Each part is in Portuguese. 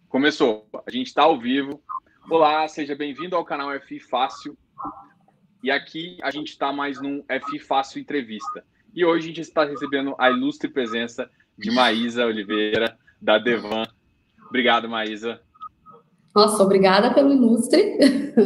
Começou. A gente está ao vivo. Olá, seja bem-vindo ao canal FI Fácil. E aqui a gente está mais num FI Fácil Entrevista. E hoje a gente está recebendo a ilustre presença de Maísa Oliveira, da Devan. Obrigado, Maísa. Nossa, obrigada pelo ilustre.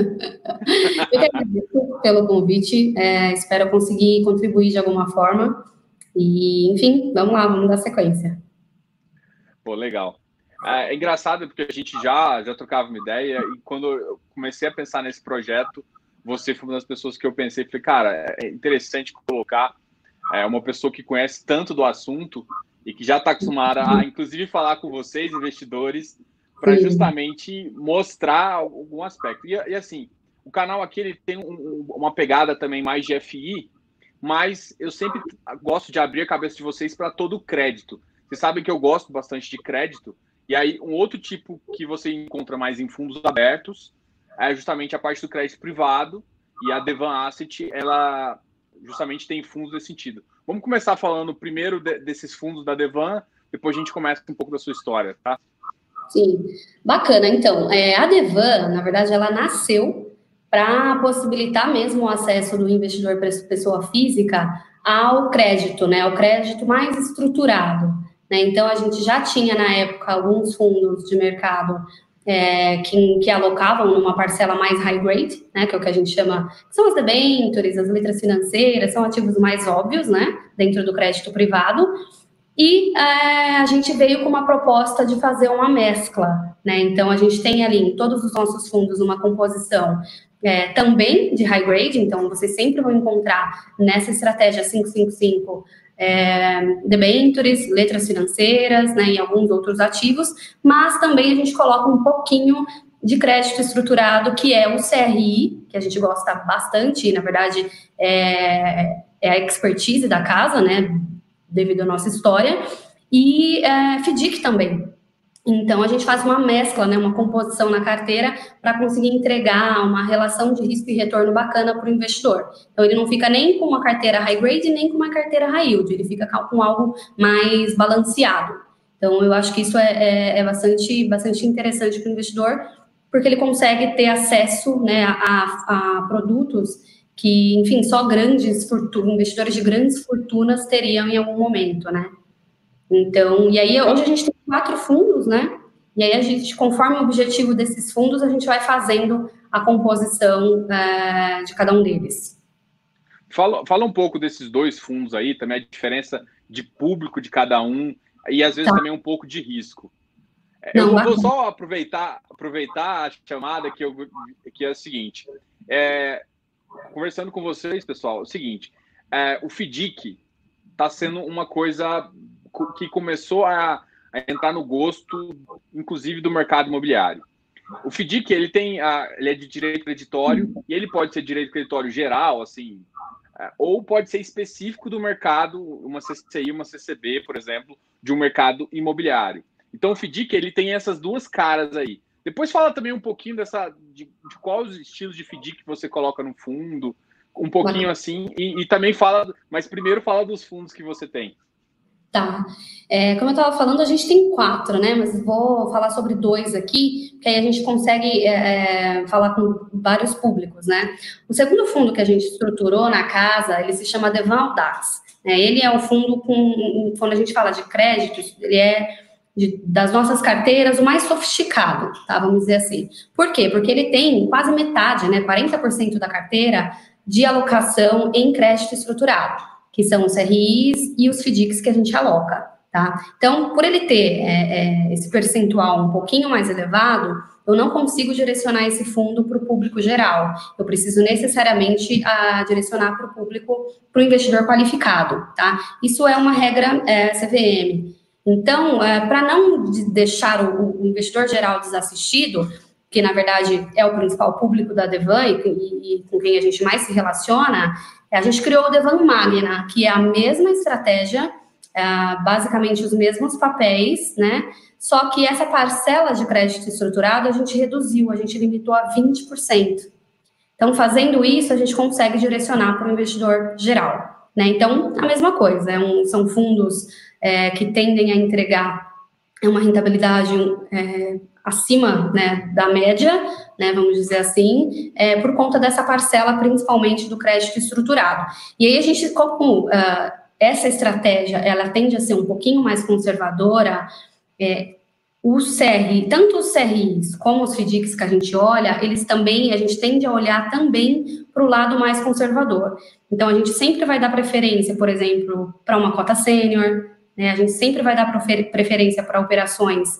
Eu que agradeço pelo convite. Espero conseguir contribuir de alguma forma. E, enfim, vamos lá, vamos dar sequência. Pô, legal. É engraçado porque a gente já trocava uma ideia e quando eu comecei a pensar nesse projeto, você foi uma das pessoas que eu pensei, falei, cara, é interessante colocar uma pessoa que conhece tanto do assunto e que já está acostumada a, inclusive, falar com vocês, investidores, para justamente mostrar algum aspecto. E assim, o canal aqui ele tem uma pegada também mais de FI, mas eu sempre gosto de abrir a cabeça de vocês para todo o crédito. Vocês sabem que eu gosto bastante de crédito, e aí um outro tipo que você encontra mais em fundos abertos é justamente a parte do crédito privado, e a Devan Asset, ela justamente tem fundos nesse sentido. Vamos começar falando primeiro desses fundos da Devan, depois a gente começa um pouco da sua história, tá? Sim, bacana. Então, a Devan, na verdade, ela nasceu para possibilitar mesmo o acesso do investidor pessoa física ao crédito, né? Ao crédito mais estruturado, né? Então, a gente já tinha, na época, alguns fundos de mercado que alocavam numa parcela mais high grade, né? Que é o que a gente chama, são as debêntures, as letras financeiras, são ativos mais óbvios, né? Dentro do crédito privado. E a gente veio com uma proposta de fazer uma mescla, né? Então, a gente tem ali em todos os nossos fundos uma composição também de high grade, então vocês sempre vão encontrar nessa estratégia 555 debêntures, letras financeiras, né, e alguns outros ativos, mas também a gente coloca um pouquinho de crédito estruturado, que é o CRI, que a gente gosta bastante, e na verdade é a expertise da casa, né, devido à nossa história, e FDIC também. Então, a gente faz uma mescla, né, uma composição na carteira para conseguir entregar uma relação de risco e retorno bacana para o investidor. Então, ele não fica nem com uma carteira high grade, nem com uma carteira high yield, ele fica com algo mais balanceado. Então, eu acho que isso é bastante interessante para o investidor, porque ele consegue ter acesso, né, a produtos que, enfim, só investidores de grandes fortunas teriam em algum momento, né? Então, e aí hoje a gente tem 4 fundos, né? E aí a gente, conforme o objetivo desses fundos, a gente vai fazendo a composição de cada um deles. Fala um pouco desses 2 fundos aí, também a diferença de público de cada um, e às vezes também um pouco de risco. Eu vou só aproveitar a chamada que é o seguinte, conversando com vocês, pessoal, é o seguinte, o FDIC está sendo uma coisa que começou a entrar no gosto, inclusive, do mercado imobiliário. O FDIC, ele é de direito creditório, e ele pode ser direito creditório geral, assim, ou pode ser específico do mercado, uma CCI, uma CCB, por exemplo, de um mercado imobiliário. Então, o FDIC, ele tem essas 2 caras aí. Depois fala também um pouquinho de quais estilos de FDIC você coloca no fundo, um pouquinho assim, e também fala, mas primeiro fala dos fundos que você tem. Tá. Como eu estava falando, a gente tem 4, né? Mas vou falar sobre 2 aqui, que aí a gente consegue falar com vários públicos, né? O segundo fundo que a gente estruturou na casa, ele se chama Devan Audax. Ele é um fundo quando a gente fala de créditos, ele é das nossas carteiras o mais sofisticado, tá? Vamos dizer assim. Por quê? Porque ele tem quase metade, né? 40% da carteira de alocação em crédito estruturado, que são os CRIs e os FDICs que a gente aloca, tá? Então, por ele ter esse percentual um pouquinho mais elevado, eu não consigo direcionar esse fundo para o público geral. Eu preciso necessariamente direcionar para o público, para o investidor qualificado, tá? Isso é uma regra CVM. Então, para não deixar o investidor geral desassistido, que na verdade é o principal público da Devan e com quem a gente mais se relaciona, a gente criou o Devan Magna, que é a mesma estratégia, basicamente os mesmos papéis, né? Só que essa parcela de crédito estruturado a gente reduziu, a gente limitou a 20%. Então, fazendo isso, a gente consegue direcionar para o investidor geral, né? Então, a mesma coisa, são fundos que tendem a entregar é uma rentabilidade acima, né, da média, né, vamos dizer assim, por conta dessa parcela, principalmente do crédito estruturado. E aí a gente, como essa estratégia, ela tende a ser um pouquinho mais conservadora, os CRI, tanto os CRIs como os FDICs que a gente olha, eles também, a gente tende a olhar também para o lado mais conservador. Então, a gente sempre vai dar preferência, por exemplo, para uma cota sênior, né? A gente sempre vai dar preferência para operações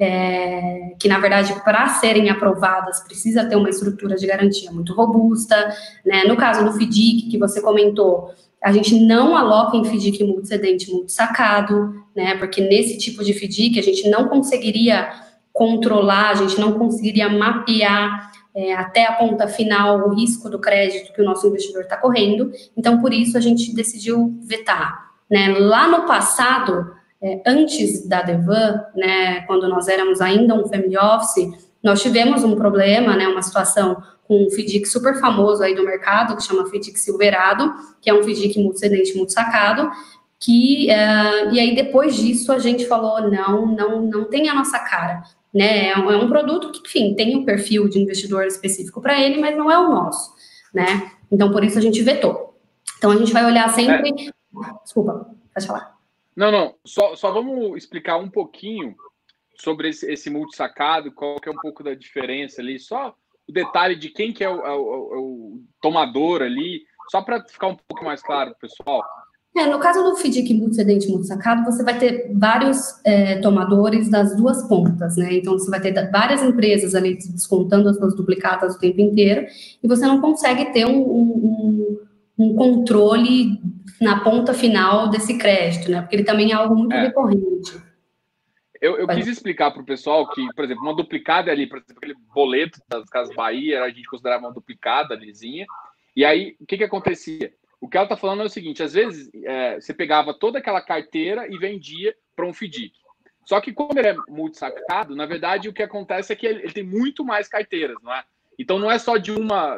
que, na verdade, para serem aprovadas, precisa ter uma estrutura de garantia muito robusta, né? No caso do FDIC, que você comentou, a gente não aloca em FDIC multicedente, multissacado, né? Porque nesse tipo de FDIC a gente não conseguiria controlar, a gente não conseguiria mapear até a ponta final o risco do crédito que o nosso investidor está correndo. Então, por isso, a gente decidiu vetar, né? Lá no passado, antes da Devan, né, quando nós éramos ainda um family office, nós tivemos um problema, né, uma situação com um FDIC super famoso aí do mercado, que chama FDIC Silverado, que é um FDIC multicedente, multissacado, e aí depois disso a gente falou, não tem a nossa cara, né, é um produto que, enfim, tem um perfil de investidor específico para ele, mas não é o nosso, né, então por isso a gente vetou. Então a gente vai olhar sempre... Desculpa, pode falar. Não, só vamos explicar um pouquinho sobre esse multissacado, qual que é um pouco da diferença ali, só o detalhe de quem que é o tomador ali, só para ficar um pouco mais claro, pessoal. No caso do FDIC multicedente multissacado, você vai ter vários tomadores das duas pontas, né? Então, você vai ter várias empresas ali descontando as suas duplicatas o tempo inteiro, e você não consegue ter um controle na ponta final desse crédito, né? Porque ele também é algo muito recorrente. Eu quis explicar para o pessoal que, por exemplo, uma duplicada ali, por exemplo, aquele boleto das Casas Bahia, a gente considerava uma duplicada alizinha. E aí, o que acontecia? O que ela está falando é o seguinte, às vezes você pegava toda aquela carteira e vendia para um FDIC. Só que quando ele é multissacado, na verdade, o que acontece é que ele tem muito mais carteiras, não é? Então, não é só de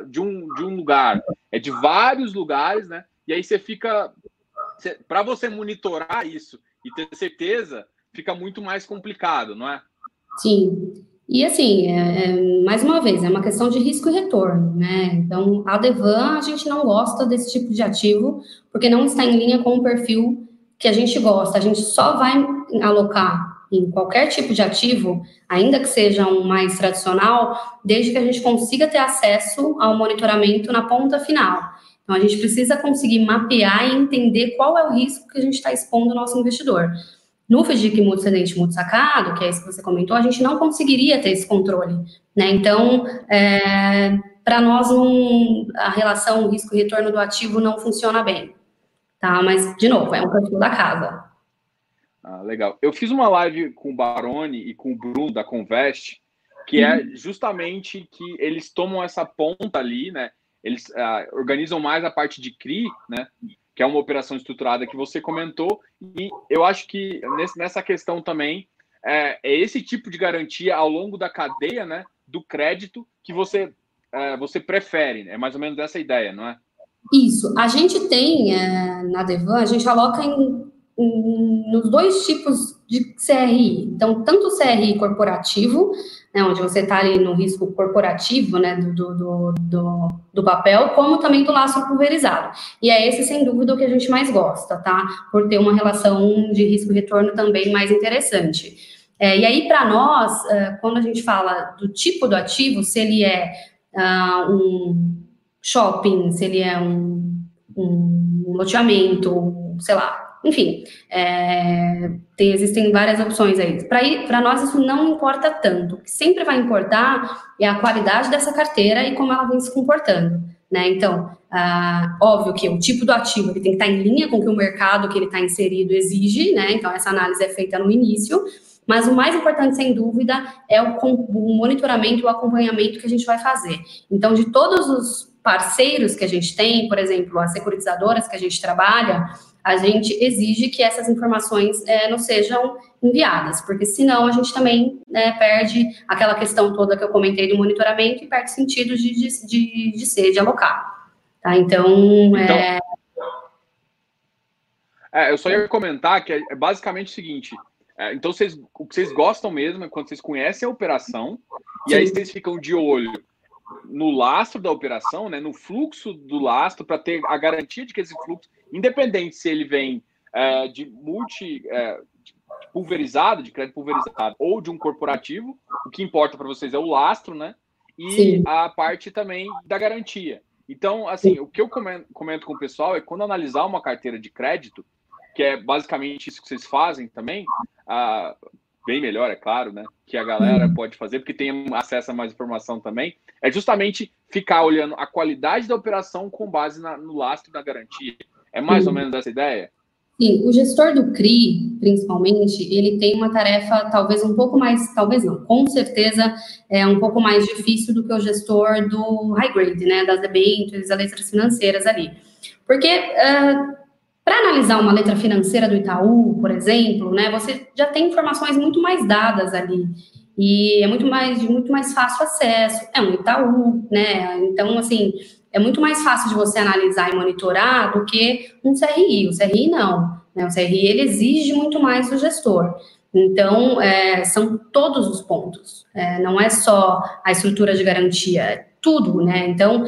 um lugar, é de vários lugares, né? E aí você fica... Para você monitorar isso e ter certeza, fica muito mais complicado, não é? Sim. E assim, mais uma vez, é uma questão de risco e retorno, né? Então, a Devan, a gente não gosta desse tipo de ativo, porque não está em linha com o perfil que a gente gosta. A gente só vai alocar em qualquer tipo de ativo, ainda que seja um mais tradicional, desde que a gente consiga ter acesso ao monitoramento na ponta final. Então, a gente precisa conseguir mapear e entender qual é o risco que a gente está expondo ao nosso investidor. No FDIC multicedente multissacado, que é isso que você comentou, a gente não conseguiria ter esse controle, né? Então, para nós, a relação risco e retorno do ativo não funciona bem, tá? Mas, de novo, é um perfil da casa. Ah, legal. Eu fiz uma live com o Baroni e com o Bruno da Convest, que é justamente que eles tomam essa ponta ali, né? Eles organizam mais a parte de CRI, né? Que é uma operação estruturada que você comentou, e eu acho que nessa questão também é esse tipo de garantia ao longo da cadeia, né, do crédito que você prefere, é mais ou menos essa ideia, não é? Isso, a gente tem na Devan, a gente aloca nos dois tipos de CRI, então tanto o CRI corporativo, né, onde você está ali no risco corporativo, né, do papel, como também do lastro pulverizado. E é esse, sem dúvida, o que a gente mais gosta, tá? Por ter uma relação de risco e retorno também mais interessante. E aí, para nós, quando a gente fala do tipo do ativo, se ele é um shopping, se ele é um loteamento, sei lá, enfim, existem várias opções aí. Para nós, isso não importa tanto. O que sempre vai importar é a qualidade dessa carteira e como ela vem se comportando, né? Então, óbvio que o tipo do ativo ele tem que estar em linha com o que o mercado que ele está inserido exige, né? Então, essa análise é feita no início, mas o mais importante, sem dúvida, é o monitoramento e o acompanhamento que a gente vai fazer. Então, de todos os parceiros que a gente tem, por exemplo, as securitizadoras que a gente trabalha, a gente exige que essas informações não sejam enviadas, porque senão a gente também perde aquela questão toda que eu comentei do monitoramento e perde sentido de alocar. Tá? Então, eu só ia comentar que é basicamente o seguinte, Então, o que vocês gostam mesmo é quando vocês conhecem a operação, e Sim. aí vocês ficam de olho no lastro da operação, né, no fluxo do lastro, para ter a garantia de que esse fluxo, independente se ele vem de pulverizado, de crédito pulverizado, ou de um corporativo, o que importa para vocês é o lastro, né? E Sim. a parte também da garantia. Então, assim, o que eu comento com o pessoal é que quando analisar uma carteira de crédito, que é basicamente isso que vocês fazem também, bem melhor, é claro, né? Que a galera pode fazer, porque tem acesso a mais informação também, é justamente ficar olhando a qualidade da operação com base no lastro da garantia. É mais ou menos essa ideia? Sim, o gestor do CRI, principalmente, ele tem uma tarefa talvez um pouco mais, talvez não, com certeza é um pouco mais difícil do que o gestor do high grade, né, das debêntures, das letras financeiras ali. Porque para analisar uma letra financeira do Itaú, por exemplo, né, você já tem informações muito mais dadas ali. E é muito mais fácil acesso. É um Itaú, né? Então, assim, é muito mais fácil de você analisar e monitorar do que um CRI. O CRI não, né? O CRI, ele exige muito mais do gestor. Então, são todos os pontos. Não é só a estrutura de garantia, é tudo, né? Então,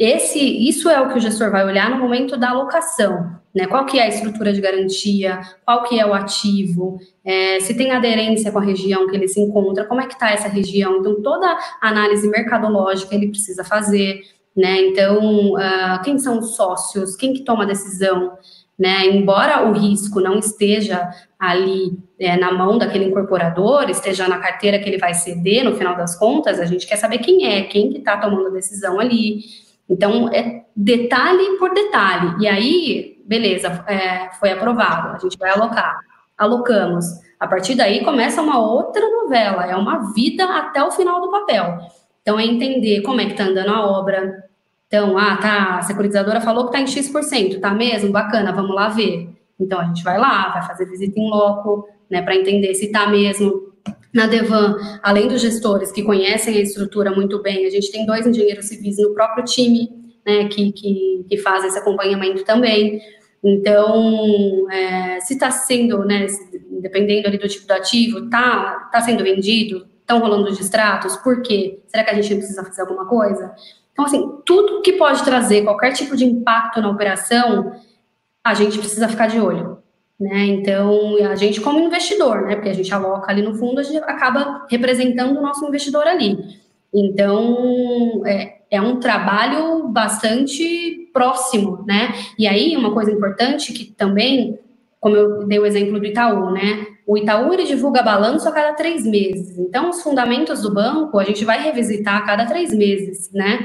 isso é o que o gestor vai olhar no momento da alocação, né? Qual que é a estrutura de garantia, qual que é o ativo, se tem aderência com a região que ele se encontra, como é que está essa região. Então, toda a análise mercadológica ele precisa fazer, né? Então, quem são os sócios, quem que toma a decisão, né? Embora o risco não esteja ali na mão daquele incorporador, esteja na carteira que ele vai ceder, no final das contas, a gente quer saber quem que está tomando a decisão ali. Então, é detalhe por detalhe. E aí, beleza, foi aprovado, a gente vai alocar. Alocamos. A partir daí começa uma outra novela, é uma vida até o final do papel. Então, é entender como é que está andando a obra. Então, a securitizadora falou que está em X%, tá mesmo? Bacana, vamos lá ver. Então, a gente vai lá, vai fazer visita em loco, né, para entender se está mesmo. Na Devan, além dos gestores que conhecem a estrutura muito bem, a gente tem 2 engenheiros civis no próprio time, né, que fazem esse acompanhamento também. Então, se está sendo, né, dependendo ali do tipo do ativo, tá sendo vendido, estão rolando os distratos, por quê? Será que a gente precisa fazer alguma coisa? Então, assim, tudo que pode trazer qualquer tipo de impacto na operação, a gente precisa ficar de olho, né? Então, a gente como investidor, né? Porque a gente aloca ali no fundo, a gente acaba representando o nosso investidor ali. Então, é um trabalho bastante próximo, né? E aí, uma coisa importante que também, como eu dei o exemplo do Itaú, né? O Itaú, ele divulga balanço a cada 3 meses. Então, os fundamentos do banco, a gente vai revisitar a cada 3 meses, né?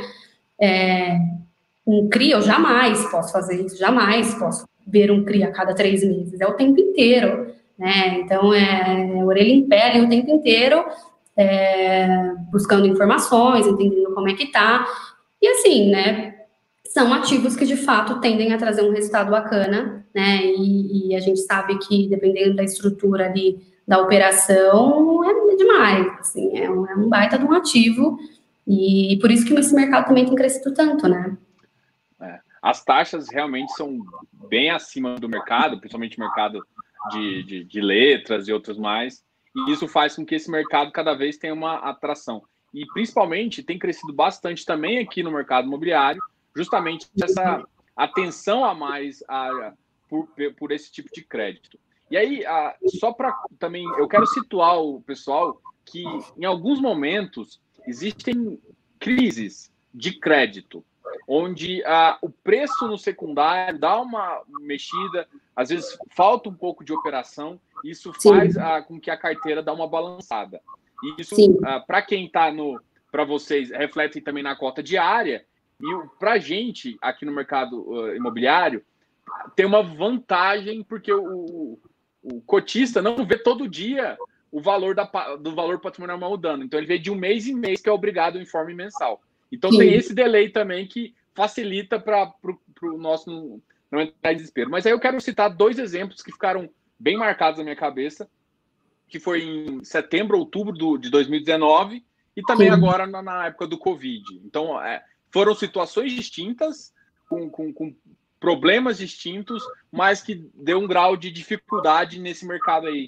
Um CRI, eu jamais posso fazer isso, jamais posso ver um CRI a cada 3 meses, é o tempo inteiro, né? Então, orelha em pé ali o tempo inteiro, buscando informações, entendendo como é que tá, e assim, né, são ativos que de fato tendem a trazer um resultado bacana, né, e a gente sabe que dependendo da estrutura ali da operação, é demais, assim, é um baita de um ativo, e por isso que esse mercado também tem crescido tanto, né. As taxas realmente são bem acima do mercado, principalmente o mercado de letras e outros mais, e isso faz com que esse mercado cada vez tenha uma atração. E principalmente tem crescido bastante também aqui no mercado imobiliário, justamente essa atenção a mais por esse tipo de crédito. E aí, só para também, eu quero situar o pessoal que em alguns momentos existem crises de crédito, onde o preço no secundário dá uma mexida, às vezes falta um pouco de operação, isso faz com que a carteira dá uma balançada. E isso, para quem está para vocês, reflete também na cota diária, e para a gente, aqui no mercado imobiliário, tem uma vantagem, porque o cotista não vê todo dia o valor do valor patrimonial mudando. Então, ele vê de um mês em mês, que é obrigado o informe mensal. Então, tem esse delay também que facilita para o nosso não entrar em desespero. Mas aí eu quero citar 2 exemplos que ficaram bem marcados na minha cabeça, que foi em setembro, outubro de 2019 e também agora na época do Covid. Então, foram situações distintas, com problemas distintos, mas que deu um grau de dificuldade nesse mercado aí.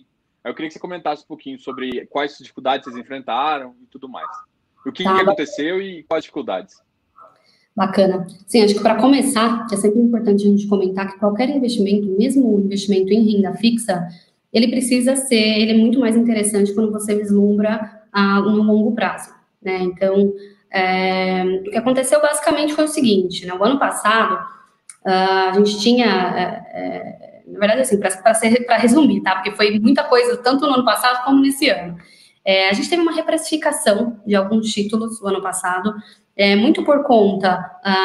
Eu queria que você comentasse um pouquinho sobre quais dificuldades vocês enfrentaram e tudo mais. O que aconteceu e quais dificuldades? Bacana. Sim, acho que para começar, é sempre importante a gente comentar que qualquer investimento, mesmo o investimento em renda fixa, ele é muito mais interessante quando você vislumbra no longo prazo, né? Então, o que aconteceu basicamente foi o seguinte, né? O ano passado, a gente tinha, na verdade, assim, para resumir, tá? Porque foi muita coisa, tanto no ano passado como nesse ano. A gente teve uma reprecificação de alguns títulos no ano passado, muito por conta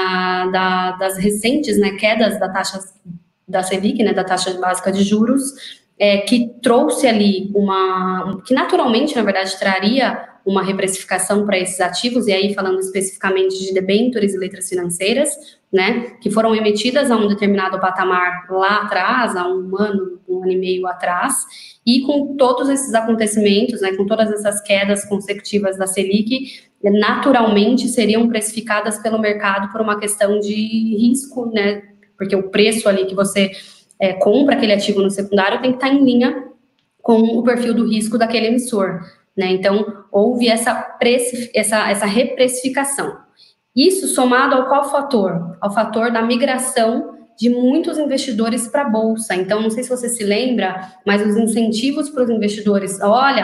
das recentes, né, quedas da taxa da Selic, né, da taxa básica de juros, que trouxe ali que naturalmente, na verdade, traria uma reprecificação para esses ativos, e aí falando especificamente de debêntures e letras financeiras, né, que foram emitidas a um determinado patamar lá atrás, há um ano e meio atrás, e com todos esses acontecimentos, né, com todas essas quedas consecutivas da Selic, naturalmente seriam precificadas pelo mercado por uma questão de risco, né, porque o preço ali que você compra aquele ativo no secundário tem que estar em linha com o perfil do risco daquele emissor, né? Então, houve essa reprecificação. Isso somado ao qual fator? Ao fator da migração de muitos investidores para a Bolsa. Então, não sei se você se lembra, mas os incentivos para os investidores, olha,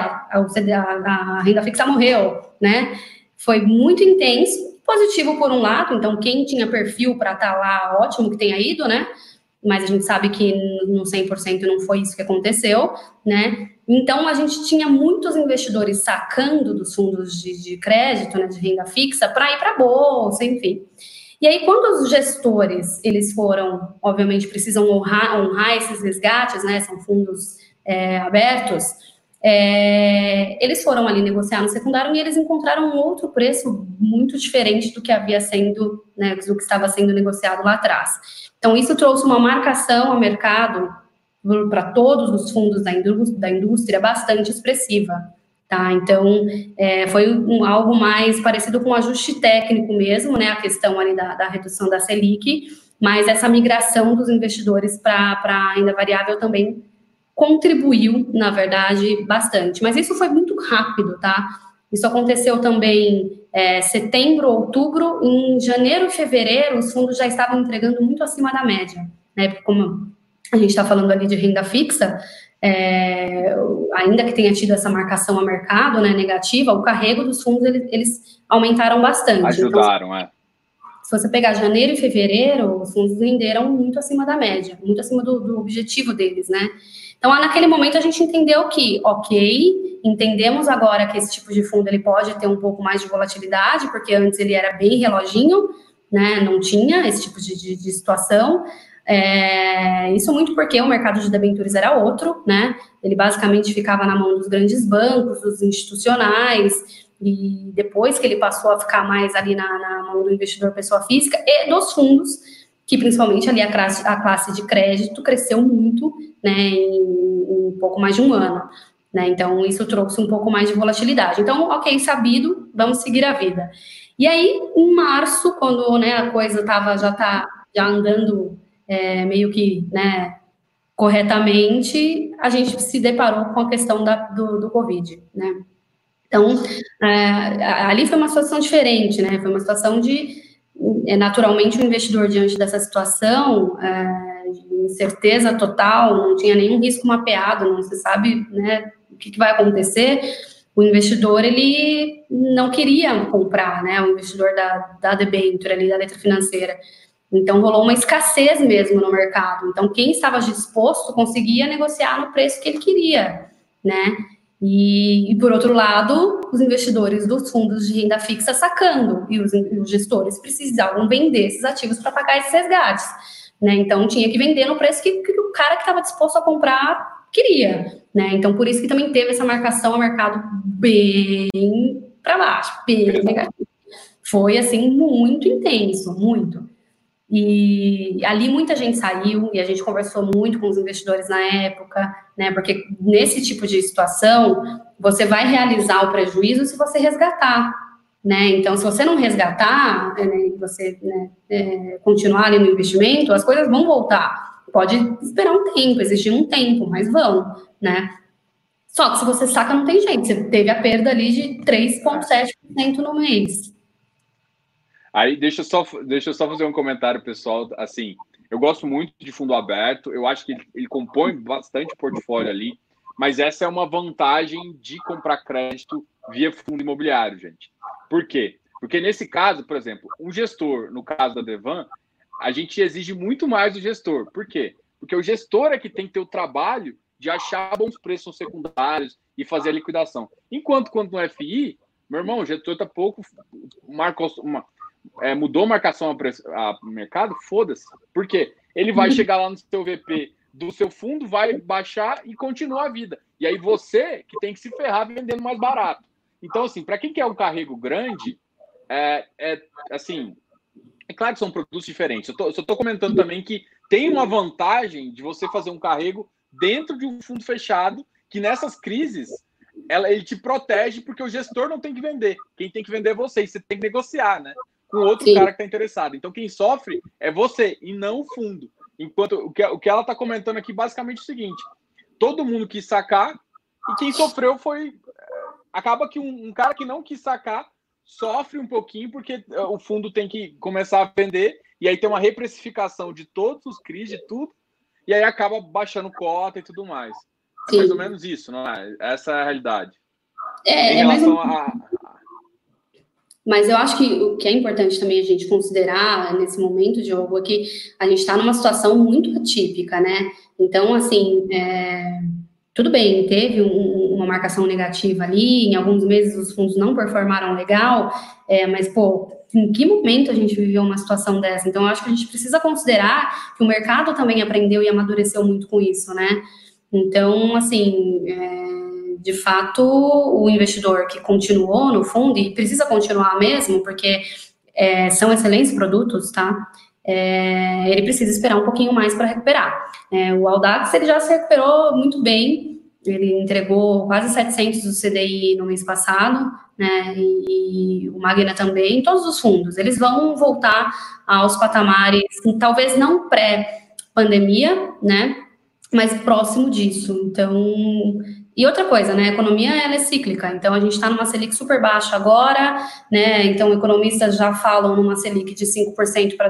a renda fixa morreu, né? Foi muito intenso, positivo por um lado, então quem tinha perfil para estar lá, ótimo que tenha ido, né? Mas a gente sabe que no 100% não foi isso que aconteceu, né? Então, a gente tinha muitos investidores sacando dos fundos de crédito, né, de renda fixa, para ir para a Bolsa, enfim. E aí, quando os gestores, eles foram, obviamente, precisam honrar esses resgates, né, são fundos abertos, eles foram ali negociar no secundário e eles encontraram um outro preço muito diferente do que havia sendo, né, do que estava sendo negociado lá atrás. Então, isso trouxe uma marcação ao mercado para todos os fundos da indústria bastante expressiva, tá? Então, foi algo mais parecido com um ajuste técnico mesmo, né? A questão ali da redução da Selic, mas essa migração dos investidores para a renda variável também contribuiu, na verdade, bastante. Mas isso foi muito rápido, tá? Isso aconteceu também setembro, outubro, em janeiro e fevereiro, os fundos já estavam entregando muito acima da média, né? Porque como a gente está falando ali de renda fixa, ainda que tenha tido essa marcação a mercado, né, negativa, o carrego dos fundos, eles aumentaram bastante. Ajudaram, então, se você pegar janeiro e fevereiro, os fundos renderam muito acima da média, muito acima do objetivo deles, né? Então, naquele momento, a gente entendeu que, ok, entendemos agora que esse tipo de fundo ele pode ter um pouco mais de volatilidade, porque antes ele era bem reloginho, né? Não tinha esse tipo de situação. Isso muito porque o mercado de debêntures era outro, né? Ele basicamente ficava na mão dos grandes bancos, dos institucionais, e depois que ele passou a ficar mais ali na mão do investidor pessoa física e dos fundos, que principalmente ali a classe de crédito cresceu muito, né, em um pouco mais de um ano, né? Então isso trouxe um pouco mais de volatilidade. Então, ok, sabido, vamos seguir a vida. E aí, em março, quando, né, a coisa já andando meio que, né, corretamente, a gente se deparou com a questão do Covid, né? Então, ali foi uma situação diferente, né? Foi uma situação naturalmente, o investidor, diante dessa situação, de incerteza total, não tinha nenhum risco mapeado, não se sabe, né, o que vai acontecer. O investidor, ele não queria comprar, né? O investidor da debênture, ali, da letra financeira. Então, rolou uma escassez mesmo no mercado. Então, quem estava disposto conseguia negociar no preço que ele queria, né? E por outro lado, os investidores dos fundos de renda fixa sacando, e os gestores precisavam vender esses ativos para pagar esses resgates, né? Então, tinha que vender no preço que o cara que estava disposto a comprar queria, né? Então, por isso que também teve essa marcação ao mercado bem para baixo, bem negativo. Foi, assim, muito intenso, muito. E ali muita gente saiu e a gente conversou muito com os investidores na época, né? Porque nesse tipo de situação você vai realizar o prejuízo se você resgatar, né? Então, se você não resgatar, né, você continuar ali no investimento, as coisas vão voltar. Pode esperar um tempo, exigir um tempo, mas vão, né? Só que se você saca, não tem jeito. Você teve a perda ali de 3,7% no mês. Aí, deixa eu só fazer um comentário, pessoal. Assim, eu gosto muito de fundo aberto. Eu acho que ele compõe bastante portfólio ali. Mas essa é uma vantagem de comprar crédito via fundo imobiliário, gente. Por quê? Porque nesse caso, por exemplo, um gestor, no caso da Devan, a gente exige muito mais do gestor. Por quê? Porque o gestor é que tem que ter o trabalho de achar bons preços secundários e fazer a liquidação. Enquanto quando no FI, meu irmão, o gestor está pouco... mudou a marcação a mercado, foda-se. Por quê? Ele vai chegar lá no seu VP do seu fundo, vai baixar e continua a vida. E aí você que tem que se ferrar vendendo mais barato. Então, assim, para quem quer um carrego grande, assim, é claro que são produtos diferentes. Eu só estou comentando também que tem uma vantagem de você fazer um carrego dentro de um fundo fechado, que nessas crises ele te protege, porque o gestor não tem que vender. Quem tem que vender é você, e você tem que negociar, né? Com outro cara que está interessado. Então, quem sofre é você e não o fundo. Enquanto o que ela está comentando aqui, basicamente é o seguinte: todo mundo quis sacar e quem sofreu foi... Acaba que um cara que não quis sacar sofre um pouquinho, porque o fundo tem que começar a vender, e aí tem uma reprecificação de todos os CRIs, de tudo, e aí acaba baixando cota e tudo mais. É mais ou menos isso, não é? Essa é a realidade. Em relação a... Mas eu acho que o que é importante também a gente considerar nesse momento, Diogo, é que a gente está numa situação muito atípica, né? Então, assim, tudo bem, teve uma marcação negativa ali, em alguns meses os fundos não performaram legal, mas, pô, em que momento a gente viveu uma situação dessa? Então, eu acho que a gente precisa considerar que o mercado também aprendeu e amadureceu muito com isso, né? Então, assim... de fato, o investidor que continuou no fundo, e precisa continuar mesmo, porque são excelentes produtos, tá? Ele precisa esperar um pouquinho mais para recuperar. O Audax, ele já se recuperou muito bem, ele entregou quase 700 do CDI no mês passado, né? E o Magna também, todos os fundos, eles vão voltar aos patamares, talvez não pré-pandemia, né? Mas próximo disso. Então... E outra coisa, né, a economia ela é cíclica, então a gente está numa Selic super baixa agora, né, então economistas já falam numa Selic de 5% para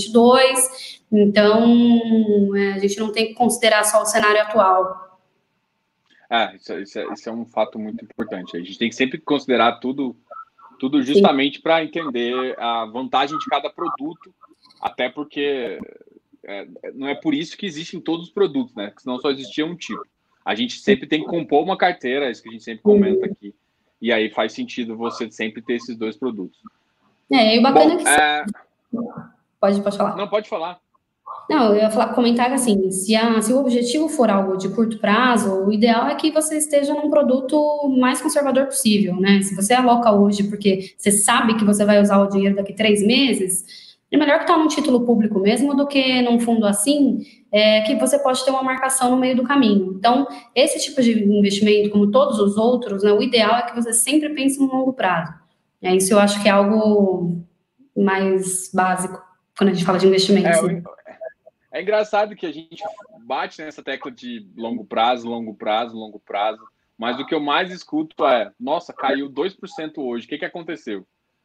2022, então a gente não tem que considerar só o cenário atual. Isso é um fato muito importante, a gente tem que sempre considerar tudo justamente para entender a vantagem de cada produto, até porque não é por isso que existem todos os produtos, né, porque senão só existia um tipo. A gente sempre tem que compor uma carteira, isso que a gente sempre comenta aqui. E aí faz sentido você sempre ter esses dois produtos. E o bacana é que... Pode falar. Não, pode falar. Não, eu ia comentar assim, se o objetivo for algo de curto prazo, o ideal é que você esteja num produto mais conservador possível, né? Se você aloca hoje porque você sabe que você vai usar o dinheiro daqui 3 meses... É melhor que estar num título público mesmo do que num fundo assim, que você pode ter uma marcação no meio do caminho. Então, esse tipo de investimento, como todos os outros, né, o ideal é que você sempre pense no longo prazo. Isso eu acho que é algo mais básico quando a gente fala de investimentos. É engraçado que a gente bate nessa tecla de longo prazo, mas o que eu mais escuto nossa, caiu 2% hoje, o que aconteceu?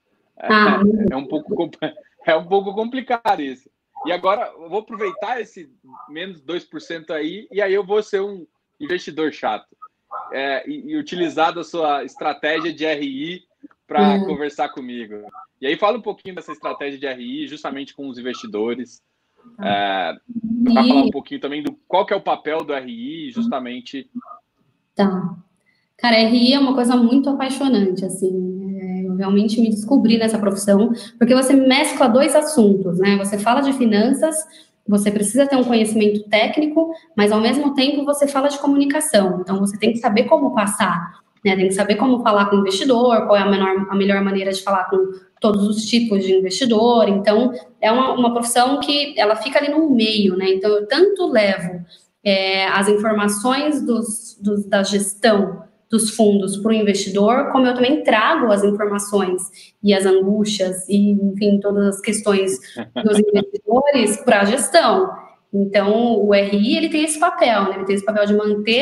É um pouco complicado isso. E agora eu vou aproveitar esse menos 2% aí, e aí eu vou ser um investidor chato. E utilizar da sua estratégia de RI para conversar comigo. E aí fala um pouquinho dessa estratégia de RI, justamente com os investidores. Para falar um pouquinho também do qual que é o papel do RI, justamente. Tá. Cara, RI é uma coisa muito apaixonante, assim. Eu realmente me descobri nessa profissão, porque você mescla 2 assuntos, né? Você fala de finanças, você precisa ter um conhecimento técnico, mas ao mesmo tempo você fala de comunicação. Então você tem que saber como passar, né? Tem que saber como falar com o investidor, qual é a melhor maneira de falar com todos os tipos de investidor. Então é uma profissão que ela fica ali no meio, né? Então eu tanto levo as informações da gestão dos fundos para o investidor, como eu também trago as informações e as angústias e, enfim, todas as questões dos investidores para a gestão. Então, o RI, ele tem esse papel, né? Ele tem esse papel de manter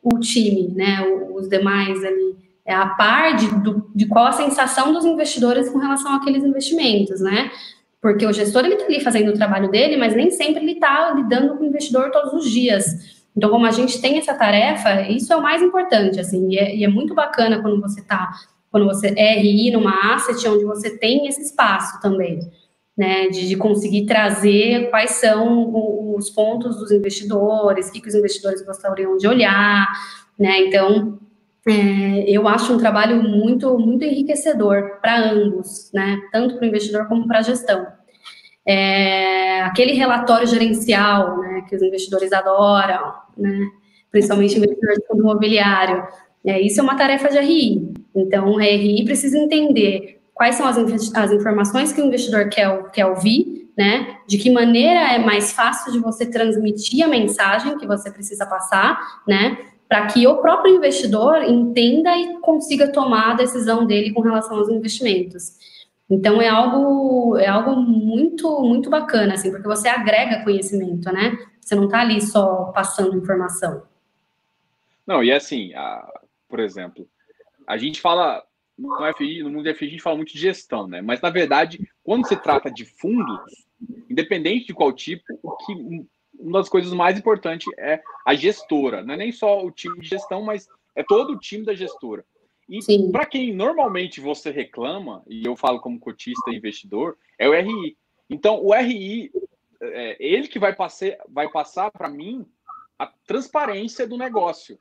o time, né, os demais ali, a par de qual a sensação dos investidores com relação àqueles investimentos, né? Porque o gestor, ele está ali fazendo o trabalho dele, mas nem sempre ele está lidando com o investidor todos os dias. Então, como a gente tem essa tarefa, isso é o mais importante, assim, e é muito bacana quando você é RI numa asset onde você tem esse espaço também, né, de conseguir trazer quais são os pontos dos investidores, o que os investidores gostariam de olhar, né, então, eu acho um trabalho muito, muito enriquecedor para ambos, né, tanto para o investidor como para a gestão. Aquele relatório gerencial, né, que os investidores adoram, né, principalmente investidores de fundo imobiliário, isso é uma tarefa de RI. Então, a RI precisa entender quais são as informações que o investidor quer ouvir, né, de que maneira é mais fácil de você transmitir a mensagem que você precisa passar, né, para que o próprio investidor entenda e consiga tomar a decisão dele com relação aos investimentos. Então, é algo muito, muito bacana, assim, porque você agrega conhecimento, né? Você não está ali só passando informação. Não, e assim, por exemplo, a gente fala, no FI, no mundo do FI, a gente fala muito de gestão, né? Mas, na verdade, quando se trata de fundos, independente de qual tipo, uma das coisas mais importantes é a gestora. Não é nem só o time de gestão, mas é todo o time da gestora. E para quem normalmente você reclama, e eu falo como cotista e investidor, é o RI. Então, o RI, ele que vai passar para mim a transparência do negócio.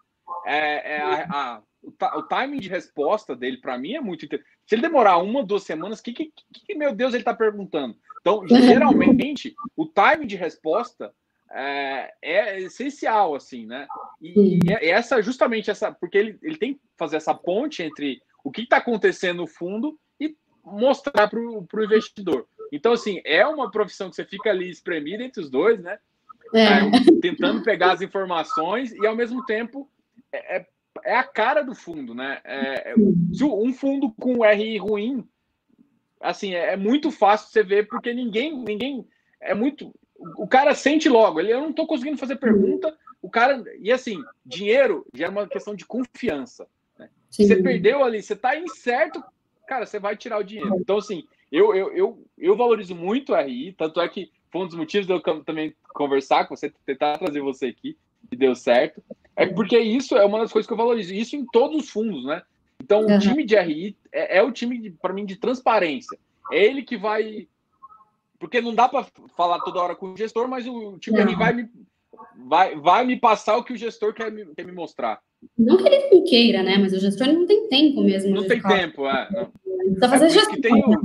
O timing de resposta dele, para mim, é muito interessante. Se ele demorar 1 ou 2 semanas, meu Deus, ele está perguntando? Então, geralmente, o timing de resposta é essencial, assim, né? E justamente essa, porque ele tem que fazer essa ponte entre o que está acontecendo no fundo e mostrar para o investidor. Então, assim, é uma profissão que você fica ali espremida entre os dois, né? Tentando pegar as informações e, ao mesmo tempo, é a cara do fundo, né? Se um fundo com RI ruim, assim, é muito fácil você ver, porque ninguém é muito... O cara sente logo, eu não estou conseguindo fazer pergunta, o cara... E assim, dinheiro já é uma questão de confiança, né? Se você perdeu ali, você está incerto, cara, você vai tirar o dinheiro. Então, assim, eu valorizo muito a RI, tanto é que foi um dos motivos de eu também conversar com você, tentar trazer você aqui, e deu certo. Porque isso é uma das coisas que eu valorizo, isso em todos os fundos, né? Então, o time de RI é o time, para mim, de transparência. É ele que vai... Porque não dá para falar toda hora com o gestor, mas o time de RI vai me passar o que o gestor quer me mostrar. Não que ele não queira, né? Mas o gestor não tem tempo mesmo. Não tem tempo, não. Precisa fazer gestão.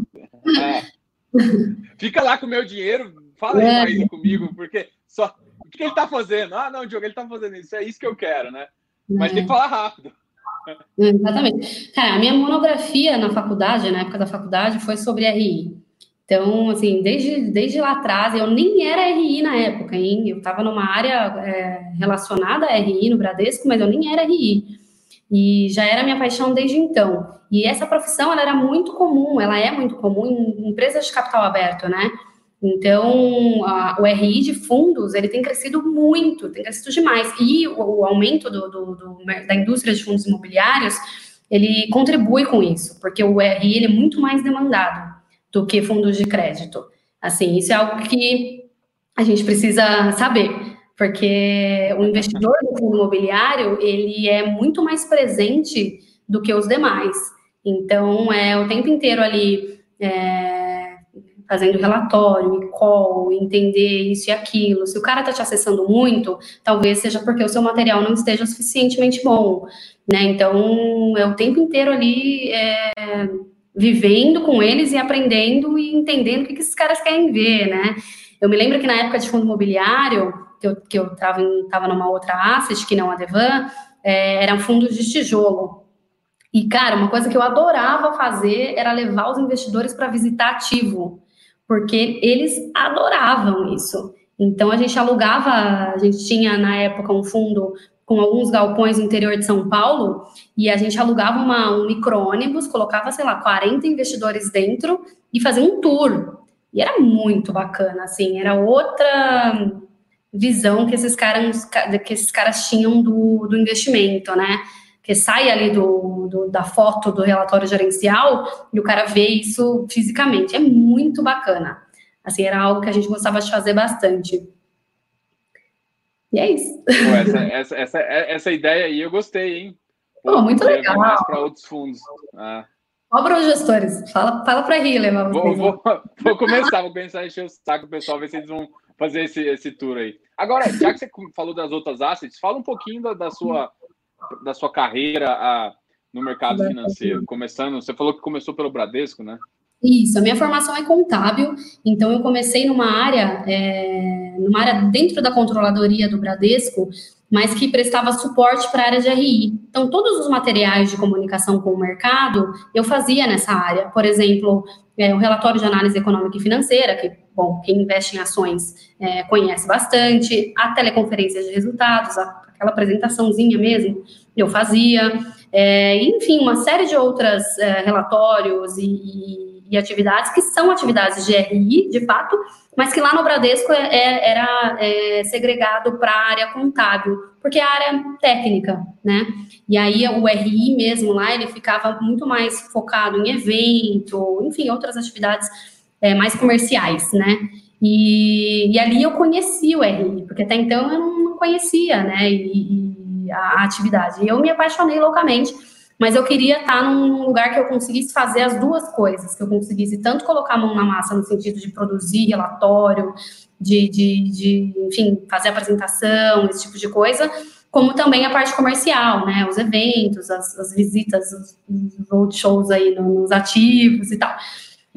Fica lá com o meu dinheiro, fala aí mais comigo, porque só... O que ele está fazendo? Não, Diogo, ele está fazendo isso, é isso que eu quero, né? Mas tem que falar rápido. Exatamente. Cara, a minha monografia na faculdade, na época da faculdade, foi sobre RI. Então, assim, desde lá atrás, eu nem era RI na época, hein? Eu estava numa área relacionada a RI no Bradesco, mas eu nem era RI. E já era minha paixão desde então. E essa profissão, ela era muito comum, ela é muito comum em empresas de capital aberto, né? Então, o RI de fundos, ele tem crescido muito, tem crescido demais. E o aumento da indústria de fundos imobiliários, ele contribui com isso, porque o RI ele é muito mais demandado do que fundos de crédito. Assim, isso é algo que a gente precisa saber, porque o investidor do fundo imobiliário, ele é muito mais presente do que os demais. Então, o tempo inteiro ali... fazendo relatório, call, entender isso e aquilo. Se o cara está te acessando muito, talvez seja porque o seu material não esteja suficientemente bom, né? Então, é o tempo inteiro ali vivendo com eles e aprendendo e entendendo o que esses caras querem ver, né? Eu me lembro que na época de fundo imobiliário, que eu estava numa outra asset, que não a Devan, eram fundos de tijolo. E, cara, uma coisa que eu adorava fazer era levar os investidores para visitar ativo, porque eles adoravam isso. Então, a gente tinha, na época, um fundo com alguns galpões no interior de São Paulo, e a gente alugava um micro-ônibus, colocava, 40 investidores dentro e fazia um tour. E era muito bacana, assim, era outra visão que esses caras tinham do investimento, né? Que sai ali da foto do relatório gerencial e o cara vê isso fisicamente. É muito bacana. Assim, era algo que a gente gostava de fazer bastante. E é isso. Pô, essa ideia aí eu gostei, hein? Pô, muito legal. Mais para outros fundos. Cobra os gestores. Fala para rir, levar vocês. Vou começar a encher o saco, pessoal, ver se eles vão fazer esse tour aí. Agora, já que você falou das outras assets, fala um pouquinho da sua carreira no mercado financeiro. Você falou que começou pelo Bradesco, né? Isso, a minha formação é contábil, então eu comecei numa área dentro da controladoria do Bradesco, mas que prestava suporte para a área de RI. Então, todos os materiais de comunicação com o mercado, eu fazia nessa área. Por exemplo, o relatório de análise econômica e financeira, que, bom, quem investe em ações conhece bastante, a teleconferência de resultados, aquela apresentaçãozinha mesmo, eu fazia. Enfim, uma série de outros relatórios e atividades que são atividades de RI, de fato, mas que lá no Bradesco era segregado para a área contábil, porque é a área técnica, né? E aí o RI mesmo lá, ele ficava muito mais focado em evento, enfim, outras atividades mais comerciais, né? E ali eu conheci o RI, porque até então eu não conhecia, né? E a atividade. E eu me apaixonei loucamente, mas eu queria estar num lugar que eu conseguisse fazer as duas coisas, que eu conseguisse tanto colocar a mão na massa no sentido de produzir relatório, enfim, fazer apresentação, esse tipo de coisa, como também a parte comercial, né, os eventos, as visitas, os roadshows aí nos ativos e tal.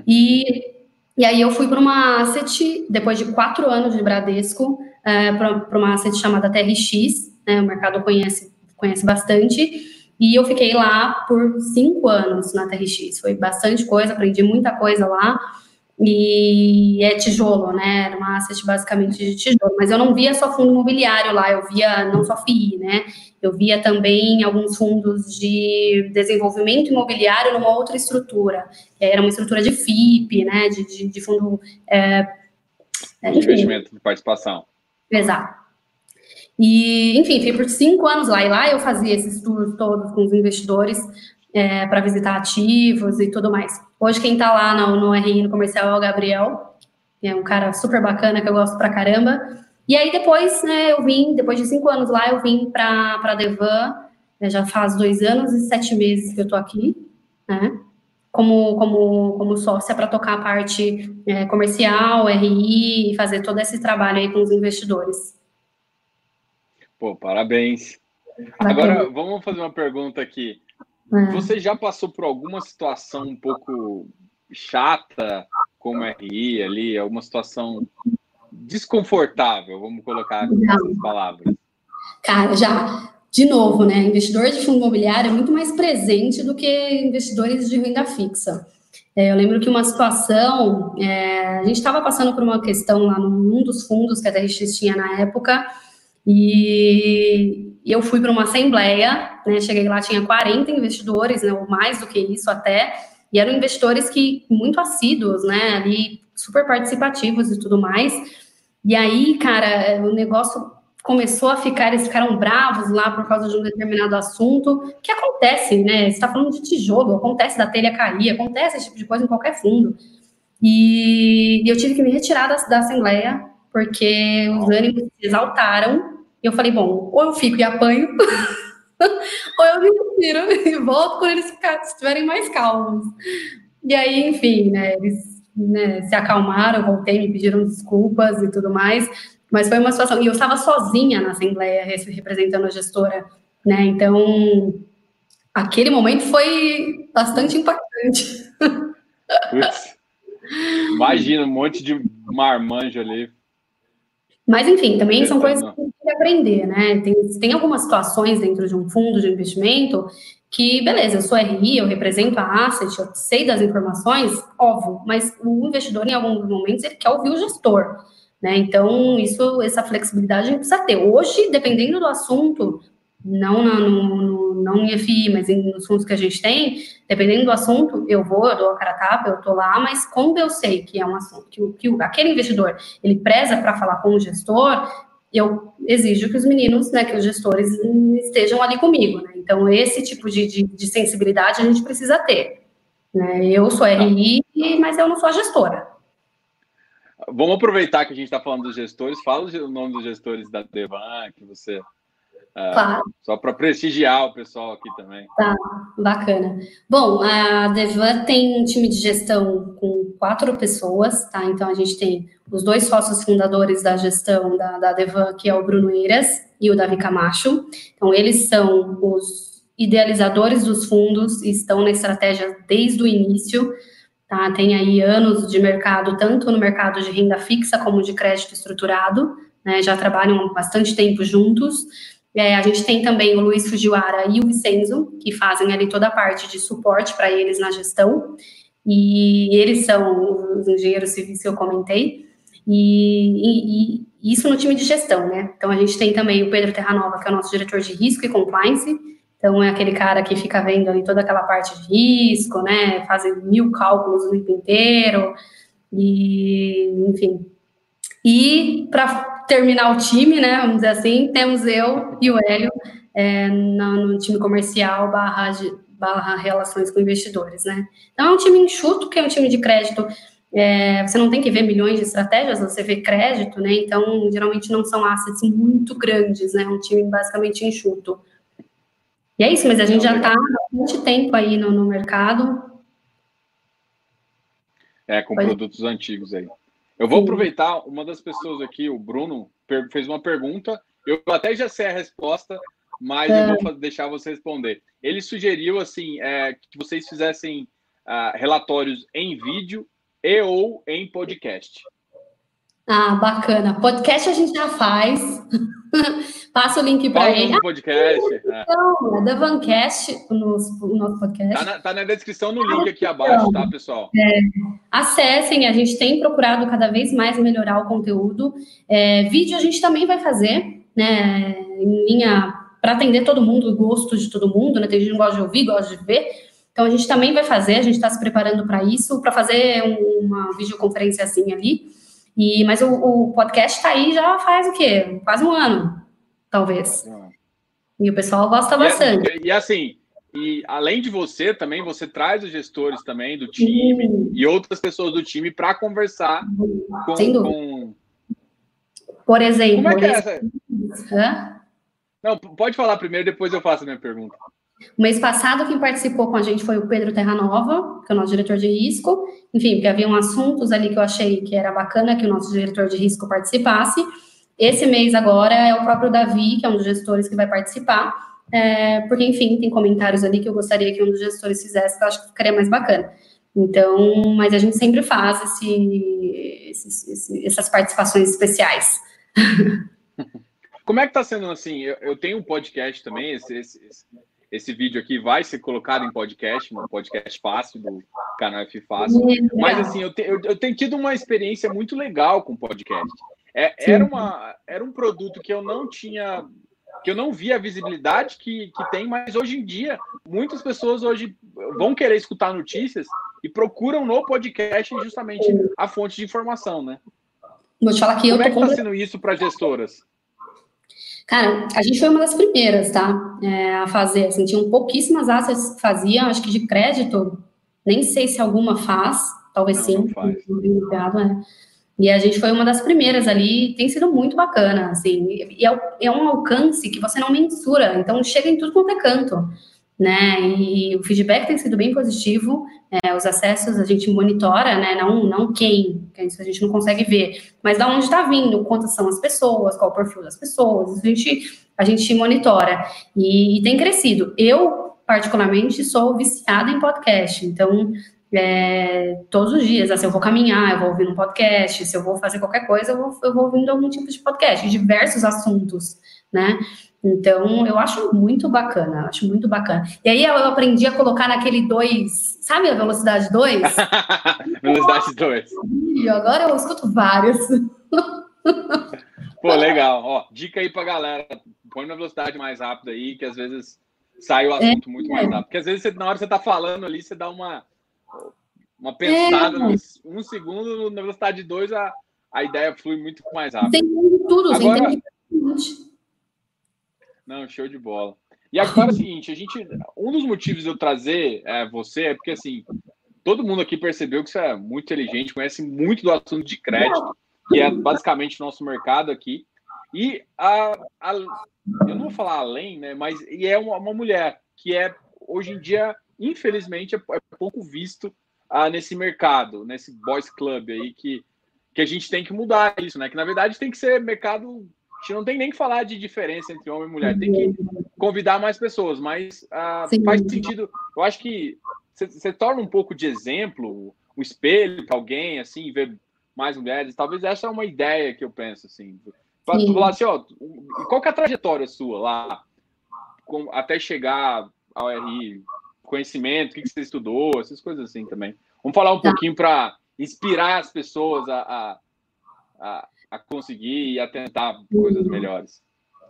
E aí eu fui para uma asset, depois de 4 anos de Bradesco, para uma asset chamada TRX, né, o mercado conhece bastante, e eu fiquei lá por 5 anos na TRX. Foi bastante coisa, aprendi muita coisa lá. E é tijolo, né? Era uma asset basicamente de tijolo. Mas eu não via só fundo imobiliário lá, eu via não só FII, né? Eu via também alguns fundos de desenvolvimento imobiliário numa outra estrutura. Era uma estrutura de FIP, né? De fundo... de investimento de participação. Exato. E, enfim, fiquei por 5 anos lá. E lá eu fazia esses tours todos com os investidores para visitar ativos e tudo mais. Hoje quem está lá no RI, no comercial, é o Gabriel, que é um cara super bacana, que eu gosto pra caramba. E aí depois, né, depois de 5 anos lá, eu vim para Devan, já faz 2 anos e 7 meses que eu tô aqui, né, como sócia para tocar a parte comercial, RI, e fazer todo esse trabalho aí com os investidores. Pô, parabéns. Agora, vamos fazer uma pergunta aqui. Você já passou por alguma situação um pouco chata como RI ali, alguma situação desconfortável, vamos colocar essas palavras? Cara, já, de novo, né, investidor de fundo imobiliário é muito mais presente do que investidores de renda fixa. Eu lembro que uma situação, a gente estava passando por uma questão lá num dos fundos que a TRX tinha na época, e eu fui para uma assembleia, né, cheguei lá, tinha 40 investidores, né, ou mais do que isso até, e eram investidores que muito assíduos, né, ali super participativos e tudo mais. E aí, cara, o negócio começou a eles ficaram bravos lá por causa de um determinado assunto, que acontece, né, você está falando de tijolo, acontece da telha cair, acontece esse tipo de coisa em qualquer fundo. E eu tive que me retirar da assembleia, porque os ânimos se exaltaram. E eu falei, bom, ou eu fico e apanho, ou eu me retiro e volto quando eles estiverem mais calmos. E aí, enfim, né, eles se acalmaram, voltei, me pediram desculpas e tudo mais. Mas foi uma situação... E eu estava sozinha na assembleia, representando a gestora, né? Então, aquele momento foi bastante impactante. Putz, imagina, um monte de marmanjo ali. Mas, enfim, também são coisas que a gente tem que aprender, né? Tem algumas situações dentro de um fundo de investimento que, beleza, eu sou RI, eu represento a asset, eu sei das informações, óbvio, mas o investidor, em alguns momentos, ele quer ouvir o gestor, né? Então, essa flexibilidade a gente precisa ter. Hoje, dependendo do assunto, não em FI, mas nos fundos que a gente tem, dependendo do assunto, eu dou a cara a tapa, eu tô lá, mas quando eu sei que é um assunto que aquele investidor, ele preza para falar com o gestor, eu exijo que os meninos, né, que os gestores estejam ali comigo, né? Então, esse tipo de sensibilidade a gente precisa ter, né? Eu sou RI, mas eu não sou a gestora. Vamos aproveitar que a gente está falando dos gestores. Fala o nome dos gestores da Devan, que você... Claro. Só para prestigiar o pessoal aqui também. Tá, bacana. Bom, a Devan tem um time de gestão com 4 pessoas, tá? Então, a gente tem os 2 sócios fundadores da gestão da Devan, que é o Bruno Eiras e o Davi Camacho. Então, eles são os idealizadores dos fundos e estão na estratégia desde o início, tá? Tem aí anos de mercado, tanto no mercado de renda fixa como de crédito estruturado, né? Já trabalham há bastante tempo juntos. A gente tem também o Luiz Fujiwara e o Vicenzo, que fazem ali toda a parte de suporte para eles na gestão, e eles são os engenheiros civis que eu comentei, e isso no time de gestão, né? Então, a gente tem também o Pedro Terranova, que é o nosso diretor de risco e compliance, então é aquele cara que fica vendo ali toda aquela parte de risco, né? Fazem 1000 cálculos o tempo inteiro, e, enfim. E para terminar o time, né, vamos dizer assim, temos eu e o Hélio no time comercial barra relações com investidores, né. Então, é um time enxuto, que é um time de crédito. Você não tem que ver milhões de estratégias, você vê crédito, né, então, geralmente não são assets muito grandes, né, é um time basicamente enxuto. E é isso, mas a gente já está há bastante tempo aí no mercado. Com produtos antigos aí. Eu vou aproveitar, uma das pessoas aqui, o Bruno, fez uma pergunta, eu até já sei a resposta, mas eu vou deixar você responder. Ele sugeriu, assim, que vocês fizessem relatórios em vídeo e ou em podcast. Ah, bacana. Podcast a gente já faz. Passa o link para ele. No podcast. Então, é Devancast, o nosso podcast. Tá na descrição no link aqui abaixo, tá, pessoal? Acessem, a gente tem procurado cada vez mais melhorar o conteúdo. Vídeo a gente também vai fazer, né, em linha, para atender todo mundo, o gosto de todo mundo, né? Tem gente que gosta de ouvir, gosta de ver. Então, a gente também vai fazer, a gente está se preparando para isso, para fazer uma videoconferenciazinha ali. Mas o podcast está aí já faz o quê? Quase um ano, talvez. E o pessoal gosta bastante. E assim, além de você também, você traz os gestores também do time e outras pessoas do time para conversar com... Por exemplo... Como é que é essa? Não, pode falar primeiro, depois eu faço a minha pergunta. O mês passado, quem participou com a gente foi o Pedro Terranova, que é o nosso diretor de risco. Enfim, porque haviam assuntos ali que eu achei que era bacana que o nosso diretor de risco participasse. Esse mês agora é o próprio Davi, que é um dos gestores que vai participar, porque, enfim, tem comentários ali que eu gostaria que um dos gestores fizesse, que eu acho que ficaria mais bacana. Então, mas a gente sempre faz essas participações especiais. Como é que está sendo assim? Eu tenho um podcast também, esse vídeo aqui vai ser colocado em podcast, no podcast fácil do canal F Fácil. Mas assim, eu tenho tido uma experiência muito legal com podcast. Era um produto que eu não tinha, que eu não via a visibilidade que tem, mas hoje em dia, muitas pessoas hoje vão querer escutar notícias e procuram no podcast justamente a fonte de informação, né? Vou te falar que Como é que está sendo isso para gestoras? Cara, a gente foi uma das primeiras, tá? A fazer, assim, tinham pouquíssimas assets que faziam, acho que de crédito, nem sei se alguma faz, talvez sim. Não faz. E a gente foi uma das primeiras ali, tem sido muito bacana, assim, e é um alcance que você não mensura, então chega em tudo quanto é canto, né? E o feedback tem sido bem positivo, os acessos a gente monitora, né? Não quem, que isso a gente não consegue ver, mas da onde está vindo, quantas são as pessoas, qual o perfil das pessoas, a gente monitora e tem crescido. Eu, particularmente, sou viciada em podcast, então todos os dias, se eu vou caminhar, eu vou ouvir um podcast, se eu vou fazer qualquer coisa, eu vou ouvindo algum tipo de podcast, de diversos assuntos, né? Então, eu acho muito bacana, E aí, eu aprendi a colocar naquele 2, sabe a velocidade 2? Velocidade 2. E agora eu escuto vários. Pô, legal. Ó, dica aí pra galera, põe na velocidade mais rápida aí, que às vezes sai o assunto muito mais rápido. Porque às vezes, na hora que você tá falando ali, você dá uma pensada, um segundo, na velocidade 2, a ideia flui muito mais rápido. Você entende tudo, agora, Exatamente. Não, show de bola. E agora é o seguinte, um dos motivos de eu trazer você é porque, assim, todo mundo aqui percebeu que você é muito inteligente, conhece muito do assunto de crédito, que é basicamente o nosso mercado aqui. E eu não vou falar além, né? Mas é uma mulher que hoje em dia, infelizmente, é pouco visto nesse mercado, nesse boys club aí, que a gente tem que mudar isso, né? Que na verdade tem que ser mercado. A gente não tem nem que falar de diferença entre homem e mulher, tem que convidar mais pessoas, mas faz sentido. Eu acho que você torna um pouco de exemplo, um espelho para alguém, assim, ver mais mulheres. Talvez essa é uma ideia que eu penso, assim. Para tu falar assim, ó, qual que é a trajetória sua lá, até chegar ao RI, conhecimento, o que você estudou, essas coisas assim também. Vamos falar um pouquinho para inspirar as pessoas a conseguir e a tentar coisas melhores.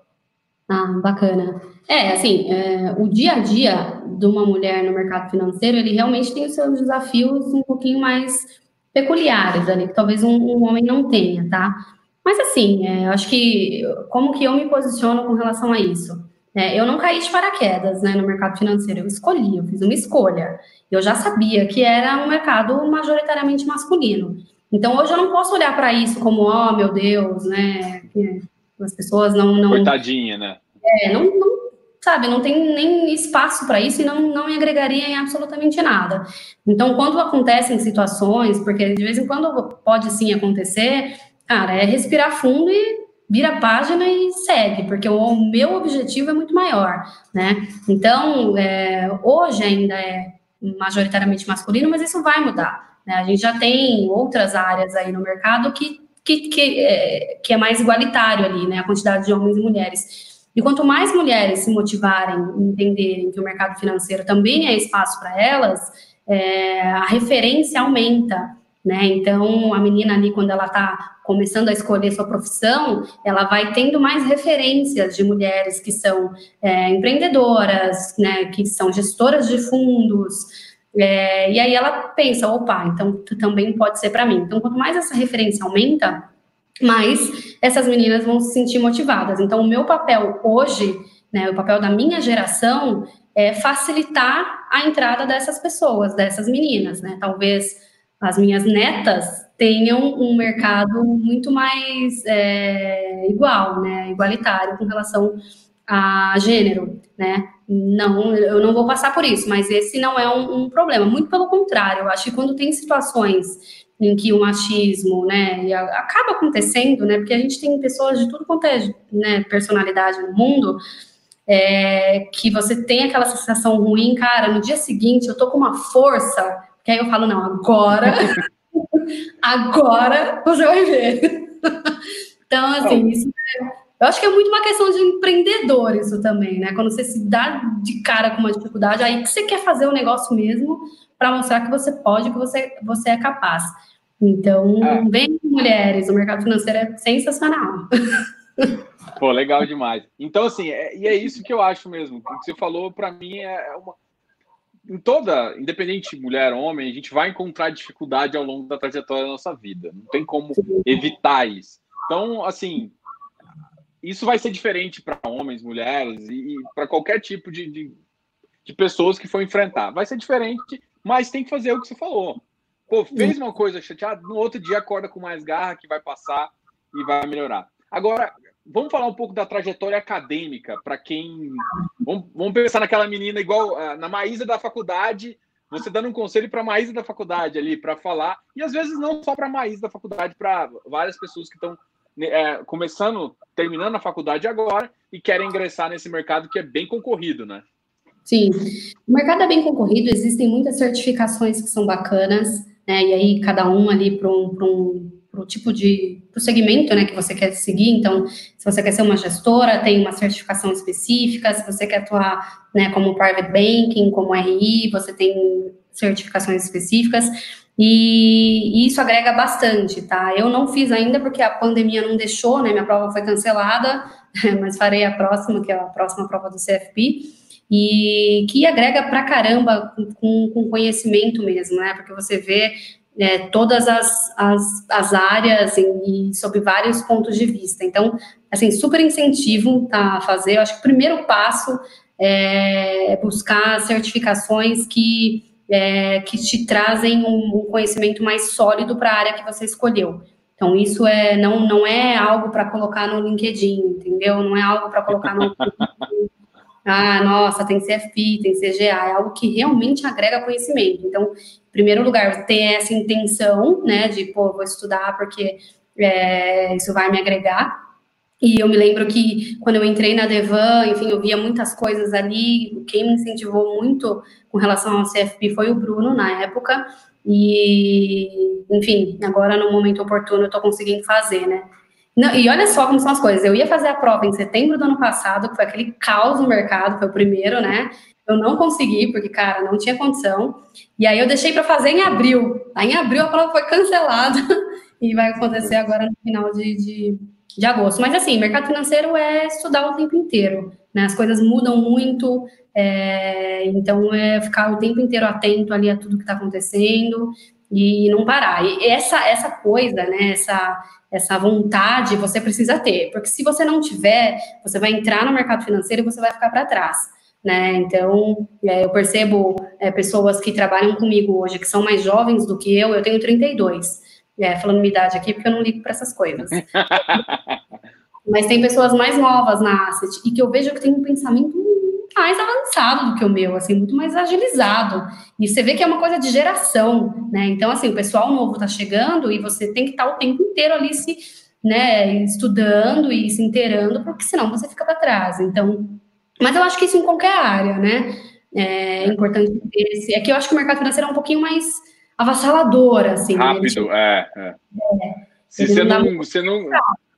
Bacana. Assim, o dia a dia de uma mulher no mercado financeiro, ele realmente tem os seus desafios um pouquinho mais peculiares ali, que talvez um homem não tenha, tá? Mas assim, eu acho que como que eu me posiciono com relação a isso? Eu não caí de paraquedas, né, no mercado financeiro, eu fiz uma escolha. Eu já sabia que era um mercado majoritariamente masculino. Então, hoje eu não posso olhar para isso como, oh, meu Deus, né, as pessoas não... Coitadinha, né? Sabe, não tem nem espaço para isso e não me agregaria em absolutamente nada. Então, quando acontecem situações, porque de vez em quando pode sim acontecer, cara, é respirar fundo e vira a página e segue, porque o meu objetivo é muito maior, né? Então, hoje ainda é majoritariamente masculino, mas isso vai mudar, né? A gente já tem outras áreas aí no mercado que é mais igualitário ali, né? A quantidade de homens e mulheres. E quanto mais mulheres se motivarem, entenderem que o mercado financeiro também é espaço para elas, a referência aumenta, né? Então, a menina ali, quando ela está começando a escolher sua profissão, ela vai tendo mais referências de mulheres que são empreendedoras, né? Que são gestoras de fundos. E aí ela pensa, opa, então também pode ser para mim. Então, quanto mais essa referência aumenta, mas essas meninas vão se sentir motivadas. Então, o meu papel hoje, né, o papel da minha geração, é facilitar a entrada dessas pessoas, dessas meninas, né? Talvez as minhas netas tenham um mercado muito mais igual, né, igualitário com relação a gênero, né? Não, eu não vou passar por isso, mas esse não é um problema. Muito pelo contrário, eu acho que quando tem situações em que o machismo, né, e acaba acontecendo, né, porque a gente tem pessoas de tudo quanto é, né, personalidade no mundo, que você tem aquela sensação ruim, cara, no dia seguinte eu tô com uma força, que aí eu falo, não, agora você vai ver. Então, assim, isso eu acho que é muito uma questão de empreendedor isso também, né, quando você se dá de cara com uma dificuldade, aí que você quer fazer o negócio mesmo, para mostrar que você pode, que você é capaz. Então, bem, mulheres, o mercado financeiro é sensacional. Pô, legal demais. Então, assim, e é isso que eu acho mesmo. O que você falou, para mim, independente mulher ou homem, a gente vai encontrar dificuldade ao longo da trajetória da nossa vida. Não tem como evitar isso. Então, assim, isso vai ser diferente para homens, mulheres e para qualquer tipo de pessoas que for enfrentar. Vai ser diferente, mas tem que fazer o que você falou. Pô, fez uma coisa chateada, no outro dia acorda com mais garra, que vai passar e vai melhorar. Agora, vamos falar um pouco da trajetória acadêmica, para quem... Vamos pensar naquela menina igual na Maísa da faculdade, você dando um conselho para a Maísa da faculdade ali, para falar, e às vezes não só para a Maísa da faculdade, para várias pessoas que estão terminando a faculdade agora e querem ingressar nesse mercado que é bem concorrido, né? Sim, o mercado é bem concorrido, existem muitas certificações que são bacanas, né? E aí cada um ali para o tipo de pro segmento, né, que você quer seguir. Então, se você quer ser uma gestora, tem uma certificação específica. Se você quer atuar, né, como private banking, como RI, você tem certificações específicas. E isso agrega bastante, tá? Eu não fiz ainda porque a pandemia não deixou, né? Minha prova foi cancelada, mas farei a próxima, que é a próxima prova do CFP. E que agrega pra caramba com conhecimento mesmo, né? Porque você vê todas as áreas e sob vários pontos de vista. Então, assim, super incentivo a fazer. Eu acho que o primeiro passo é buscar certificações que te trazem um conhecimento mais sólido para a área que você escolheu. Então, isso não é algo para colocar no LinkedIn, entendeu? Não é algo para colocar no... nossa, tem CFP, tem CGA, é algo que realmente agrega conhecimento. Então, em primeiro lugar, ter essa intenção, né, de, vou estudar porque isso vai me agregar. E eu me lembro que quando eu entrei na Devan, enfim, eu via muitas coisas ali. Quem me incentivou muito com relação ao CFP foi o Bruno, na época. E, enfim, agora no momento oportuno eu estou conseguindo fazer, né? Não, e olha só como são as coisas. Eu ia fazer a prova em setembro do ano passado, que foi aquele caos no mercado, foi o primeiro, né? Eu não consegui, porque, cara, não tinha condição. E aí eu deixei para fazer em abril. Aí em abril a prova foi cancelada e vai acontecer agora no final de agosto. Mas, assim, mercado financeiro é estudar o tempo inteiro, né? As coisas mudam muito, então é ficar o tempo inteiro atento ali a tudo que está acontecendo e não parar. E essa coisa, né? Essa vontade você precisa ter, porque se você não tiver, você vai entrar no mercado financeiro e você vai ficar para trás, né? Então, eu percebo pessoas que trabalham comigo hoje, que são mais jovens do que eu tenho 32, falando minha idade aqui, porque eu não ligo para essas coisas. Mas tem pessoas mais novas na Asset, e que eu vejo que tem um pensamento mais avançado do que o meu, assim, muito mais agilizado. E você vê que é uma coisa de geração, né? Então, assim, o pessoal novo está chegando e você tem que estar o tempo inteiro ali estudando e se inteirando, porque senão você fica para trás. Então, mas eu acho que isso em qualquer área, né? É importante ter é que eu acho que o mercado financeiro é um pouquinho mais avassalador, assim. Rápido, né? Se você não...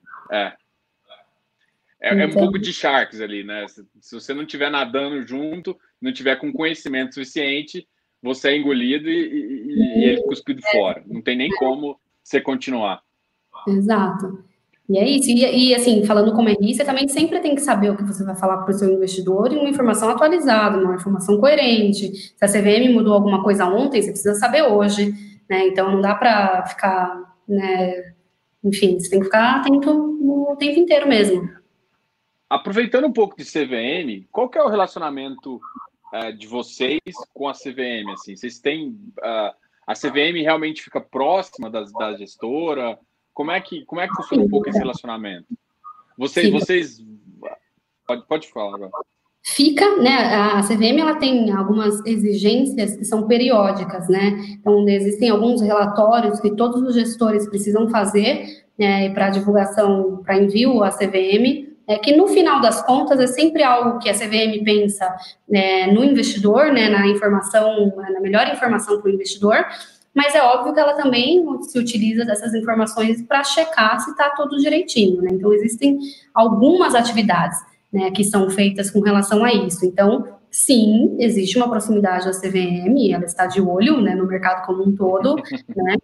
É um pouco de Sharks ali, né? Se você não estiver nadando junto, não estiver com conhecimento suficiente, você é engolido e ele cuspido fora. Não tem nem como você continuar. Exato. E é isso. E assim, falando como RI, você também sempre tem que saber o que você vai falar para o seu investidor e uma informação atualizada, uma informação coerente. Se a CVM mudou alguma coisa ontem, você precisa saber hoje, né? Então, não dá para ficar, né? Enfim, você tem que ficar atento o tempo inteiro mesmo. Aproveitando um pouco de CVM, qual que é o relacionamento de vocês com a CVM? Assim, vocês têm... a CVM realmente fica próxima da gestora? Como é que funciona um pouco esse relacionamento? Vocês... Pode falar agora. Fica, né? A CVM ela tem algumas exigências que são periódicas, né? Então, existem alguns relatórios que todos os gestores precisam fazer, né, para divulgação, para envio à CVM, que no final das contas é sempre algo que a CVM pensa, né, no investidor, né, na informação, na melhor informação para o investidor, mas é óbvio que ela também se utiliza dessas informações para checar se está tudo direitinho, né? Então, existem algumas atividades, né, que são feitas com relação a isso. Então, sim, existe uma proximidade da CVM, ela está de olho, né, no mercado como um todo, né,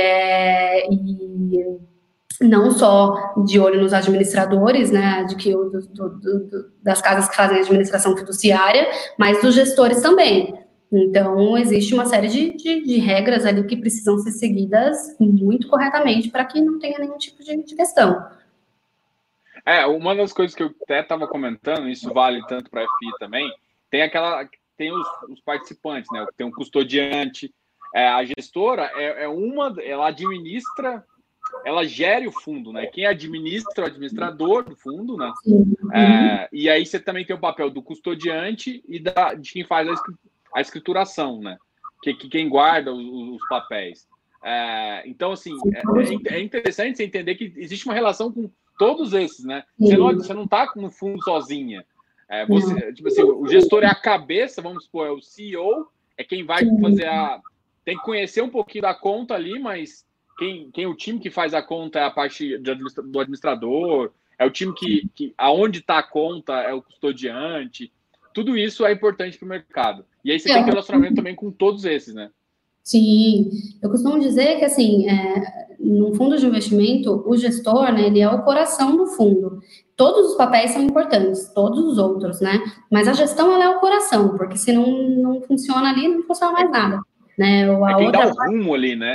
e não só de olho nos administradores, né, das casas que fazem administração fiduciária, mas dos gestores também. Então, existe uma série de regras ali que precisam ser seguidas muito corretamente para que não tenha nenhum tipo de questão. Uma das coisas que eu até estava comentando, isso vale tanto para a FI também, tem os participantes, né? Tem um custodiante, a gestora ela administra, ela gere o fundo, né? Quem administra é o administrador do fundo, né? E aí você também tem o papel do custodiante e de quem faz a escrituração, né? Quem guarda os papéis. Então, assim, é interessante você entender que existe uma relação com todos esses, né? Você não está no fundo sozinha. Tipo assim, o gestor é a cabeça, vamos supor, é o CEO, é quem vai fazer tem que conhecer um pouquinho da conta ali, mas o time que faz a conta é a parte do administrador, é o time que aonde está a conta é o custodiante. Tudo isso é importante para o mercado. E aí você tem que ter relacionamento também com todos esses, né? Sim, eu costumo dizer que, assim, no fundo de investimento, o gestor, né, ele é o coração do fundo. Todos os papéis são importantes, todos os outros, né? Mas a gestão, ela é o coração, porque se não funciona ali, não funciona mais nada, né? Quem dá o rumo ali, né?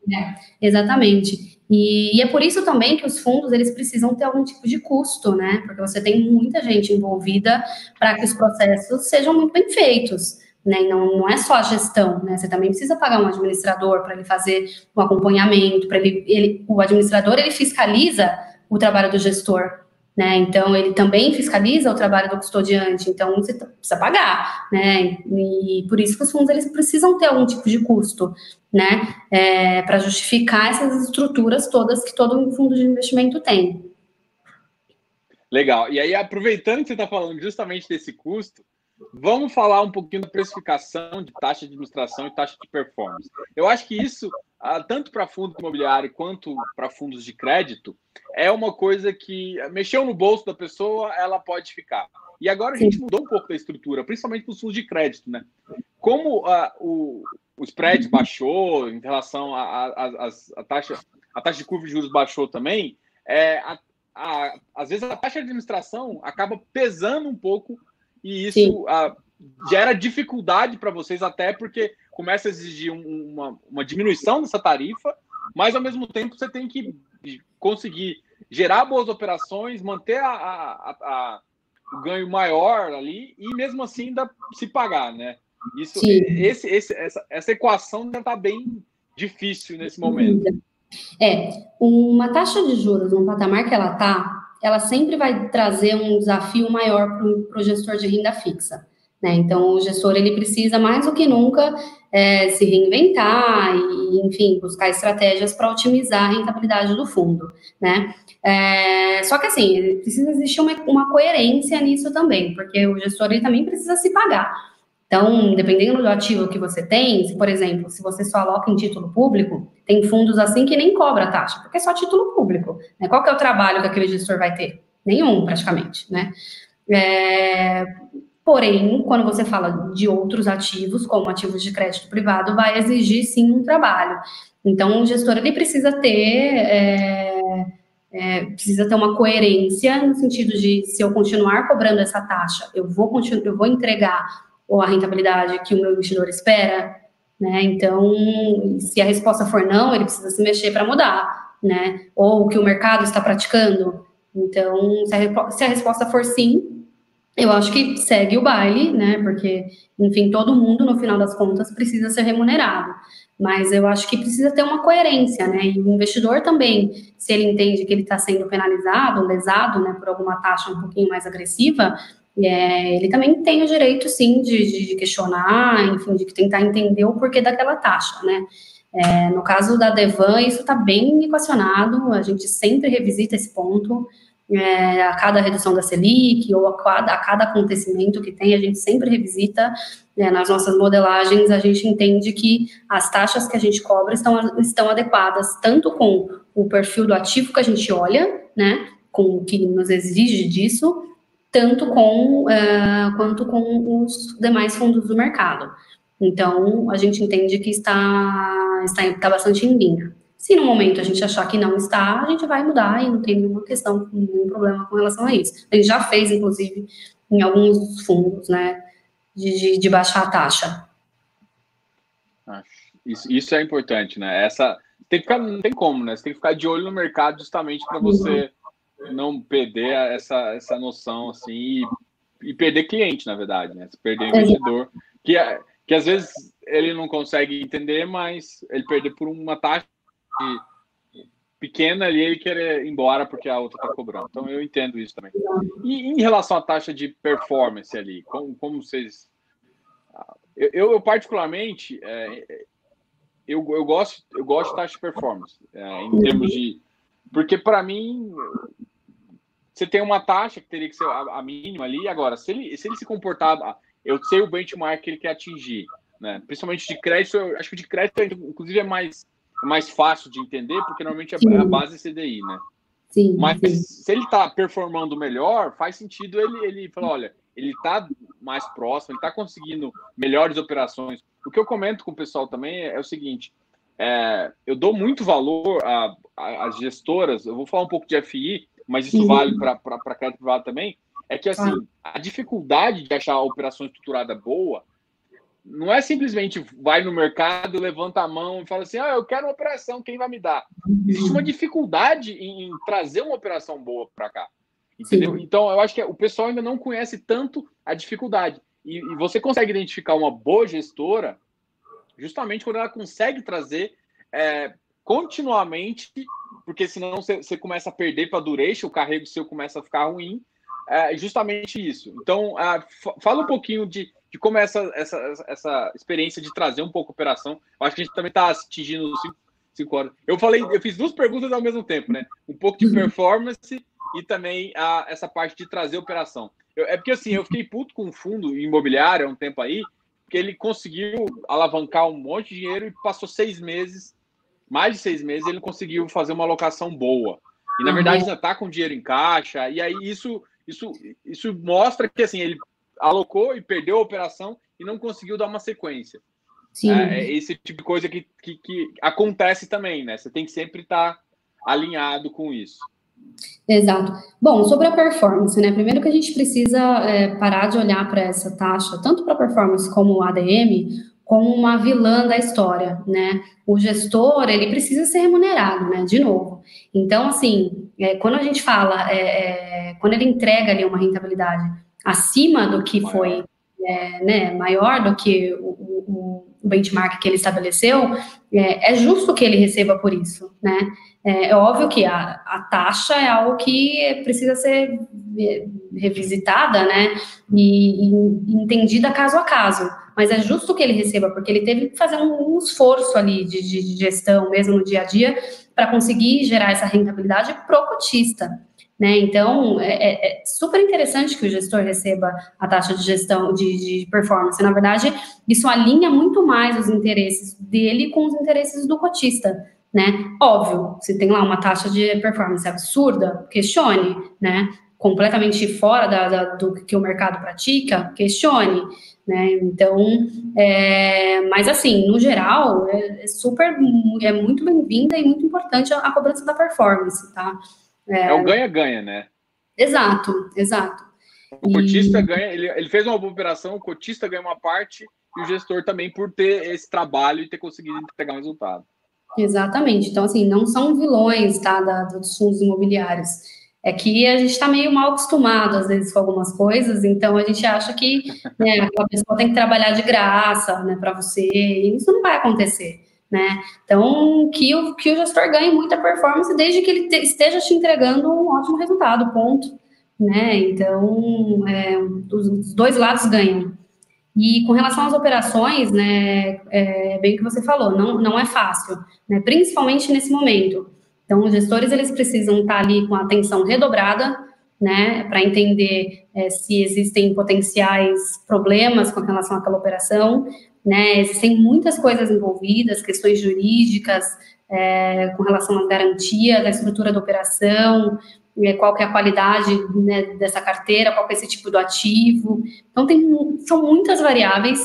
Exatamente. E é por isso também que os fundos, eles precisam ter algum tipo de custo, né? Porque você tem muita gente envolvida para que os processos sejam muito bem feitos, né? E não é só a gestão, né? Você também precisa pagar um administrador para ele fazer um acompanhamento, para o administrador, ele fiscaliza o trabalho do gestor, né? Então, ele também fiscaliza o trabalho do custodiante, então você precisa pagar, né? E por isso que os fundos, eles precisam ter algum tipo de custo, né? Para justificar essas estruturas todas que todo fundo de investimento tem. Legal. E aí, aproveitando que você está falando justamente desse custo, vamos falar um pouquinho da precificação de taxa de administração e taxa de performance. Eu acho que isso, tanto para fundo imobiliário quanto para fundos de crédito, é uma coisa que mexeu no bolso da pessoa, ela pode ficar. E agora a gente mudou um pouco da estrutura, principalmente para os fundos de crédito, né? Como o spread baixou em relação a taxa de curva de juros baixou também, às vezes a taxa de administração acaba pesando um pouco e isso gera dificuldade para vocês, até porque começa a exigir uma diminuição dessa tarifa, mas ao mesmo tempo você tem que conseguir gerar boas operações, manter o ganho maior ali e mesmo assim ainda se pagar, né? Essa equação ainda está bem difícil nesse momento. Uma taxa de juros no patamar que ela sempre vai trazer um desafio maior para o gestor de renda fixa, né? Então, o gestor, ele precisa mais do que nunca se reinventar e, enfim, buscar estratégias para otimizar a rentabilidade do fundo, né? Só que, assim, precisa existir uma coerência nisso também, porque o gestor, ele também precisa se pagar. Então, dependendo do ativo que você tem, se, por exemplo, se você só aloca em título público, tem fundos assim que nem cobra taxa, porque é só título público, né? Qual que é o trabalho que aquele gestor vai ter? Nenhum, praticamente, né? Porém, quando você fala de outros ativos, como ativos de crédito privado, vai exigir, sim, um trabalho. Então, o gestor, ele precisa ter uma coerência no sentido de, se eu continuar cobrando essa taxa, eu vou entregar a rentabilidade que o meu investidor espera, né? Então, se a resposta for não, ele precisa se mexer para mudar, né? Ou o que o mercado está praticando. Então, se a resposta for sim, eu acho que segue o baile, né? Porque, enfim, todo mundo, no final das contas, precisa ser remunerado. Mas eu acho que precisa ter uma coerência, né? E o investidor também, se ele entende que ele está sendo penalizado, lesado, né, por alguma taxa um pouquinho mais agressiva, ele também tem o direito, sim, de questionar, enfim, de tentar entender o porquê daquela taxa, né? No caso da Devan, isso está bem equacionado, a gente sempre revisita esse ponto, a cada redução da Selic ou a cada acontecimento que tem, a gente sempre revisita, nas nossas modelagens, a gente entende que as taxas que a gente cobra estão adequadas tanto com o perfil do ativo que a gente olha, né, com o que nos exige disso, tanto quanto com os demais fundos do mercado. Então, a gente entende que está bastante em linha. Se no momento a gente achar que não está, a gente vai mudar e não tem nenhuma questão, nenhum problema com relação a isso. A gente já fez, inclusive, em alguns fundos, né, de baixar a taxa. Isso é importante, né? Não tem como, né? Você tem que ficar de olho no mercado justamente para você não perder essa noção, assim, e perder cliente, na verdade, né? Você perder investidor, que às vezes ele não consegue entender, mas ele perder por uma taxa pequena ali, ele quer ir embora porque a outra está cobrando. Então, eu entendo isso também. E em relação à taxa de performance ali, como vocês... Eu particularmente, eu gosto de taxa de performance, em termos de... Porque, para mim, você tem uma taxa que teria que ser a mínima ali. Agora, se ele se comportar... Eu sei o benchmark que ele quer atingir, né? Principalmente de crédito. Eu acho que de crédito, inclusive, é mais fácil de entender, porque normalmente é a base CDI, né? Sim, mas sim. Se ele está performando melhor, faz sentido ele falar, olha, ele está mais próximo, ele está conseguindo melhores operações. O que eu comento com o pessoal também é o seguinte, eu dou muito valor às gestoras, eu vou falar um pouco de FI, mas isso vale para crédito privado também, é que assim, a dificuldade de achar a operação estruturada boa não é simplesmente vai no mercado, levanta a mão e fala assim, eu quero uma operação, quem vai me dar? Existe uma dificuldade em trazer uma operação boa para cá, entendeu? Sim. Então, eu acho que o pessoal ainda não conhece tanto a dificuldade. E você consegue identificar uma boa gestora justamente quando ela consegue trazer continuamente, porque senão você começa a perder para a duration, o carrego seu começa a ficar ruim, justamente isso. Então, fala um pouquinho de como é essa experiência de trazer um pouco a operação. Eu acho que a gente também está atingindo 5 horas. Eu fiz 2 perguntas ao mesmo tempo, né? Um pouco de performance e também essa parte de trazer operação. Porque assim, eu fiquei puto com o fundo imobiliário há um tempo aí, porque ele conseguiu alavancar um monte de dinheiro e passou 6 meses, mais de 6 meses, ele conseguiu fazer uma alocação boa. E na verdade ainda está com dinheiro em caixa, e aí isso mostra que assim, ele alocou e perdeu a operação e não conseguiu dar uma sequência. Sim. Esse tipo de coisa que acontece também, né? Você tem que sempre estar alinhado com isso. Exato. Bom, sobre a performance, né? Primeiro que a gente precisa parar de olhar para essa taxa, tanto para performance como o ADM, como uma vilã da história, né? O gestor, ele precisa ser remunerado, né? De novo. Então, assim, quando a gente fala, quando ele entrega ali uma rentabilidade acima do que foi, né, maior do que o benchmark que ele estabeleceu, é justo que ele receba por isso, né? É óbvio que a taxa é algo que precisa ser revisitada, né, e entendida caso a caso, mas é justo que ele receba, porque ele teve que fazer um esforço ali de gestão, mesmo no dia a dia, para conseguir gerar essa rentabilidade pro cotista, né, então é super interessante que o gestor receba a taxa de gestão, de performance, na verdade, isso alinha muito mais os interesses dele com os interesses do cotista, né? Óbvio, se tem lá uma taxa de performance absurda, questione, né? Completamente fora do que o mercado pratica, questione, né? Então, mas assim, no geral, é muito bem-vinda e muito importante a cobrança da performance, tá? É o ganha-ganha, né? Exato. O cotista ganha, ele fez uma boa operação, o cotista ganha uma parte e o gestor também por ter esse trabalho e ter conseguido entregar um resultado. Exatamente. Então, assim, não são vilões, tá, dos fundos imobiliários. É que a gente está meio mal acostumado, às vezes, com algumas coisas, então a gente acha que, né, aquela pessoa tem que trabalhar de graça, né, para você, e isso não vai acontecer, né? Então, que o gestor ganhe muita performance desde que ele esteja te entregando um ótimo resultado, ponto, né? Então, os 2 lados ganham. E com relação às operações, né, bem o que você falou, não é fácil, né, principalmente nesse momento. Então, os gestores, eles precisam estar ali com a atenção redobrada, né, para entender se existem potenciais problemas com relação àquela operação, né, existem muitas coisas envolvidas, questões jurídicas, com relação à garantia da estrutura da operação, qual que é a qualidade, né, dessa carteira, qual que é esse tipo do ativo. Então, são muitas variáveis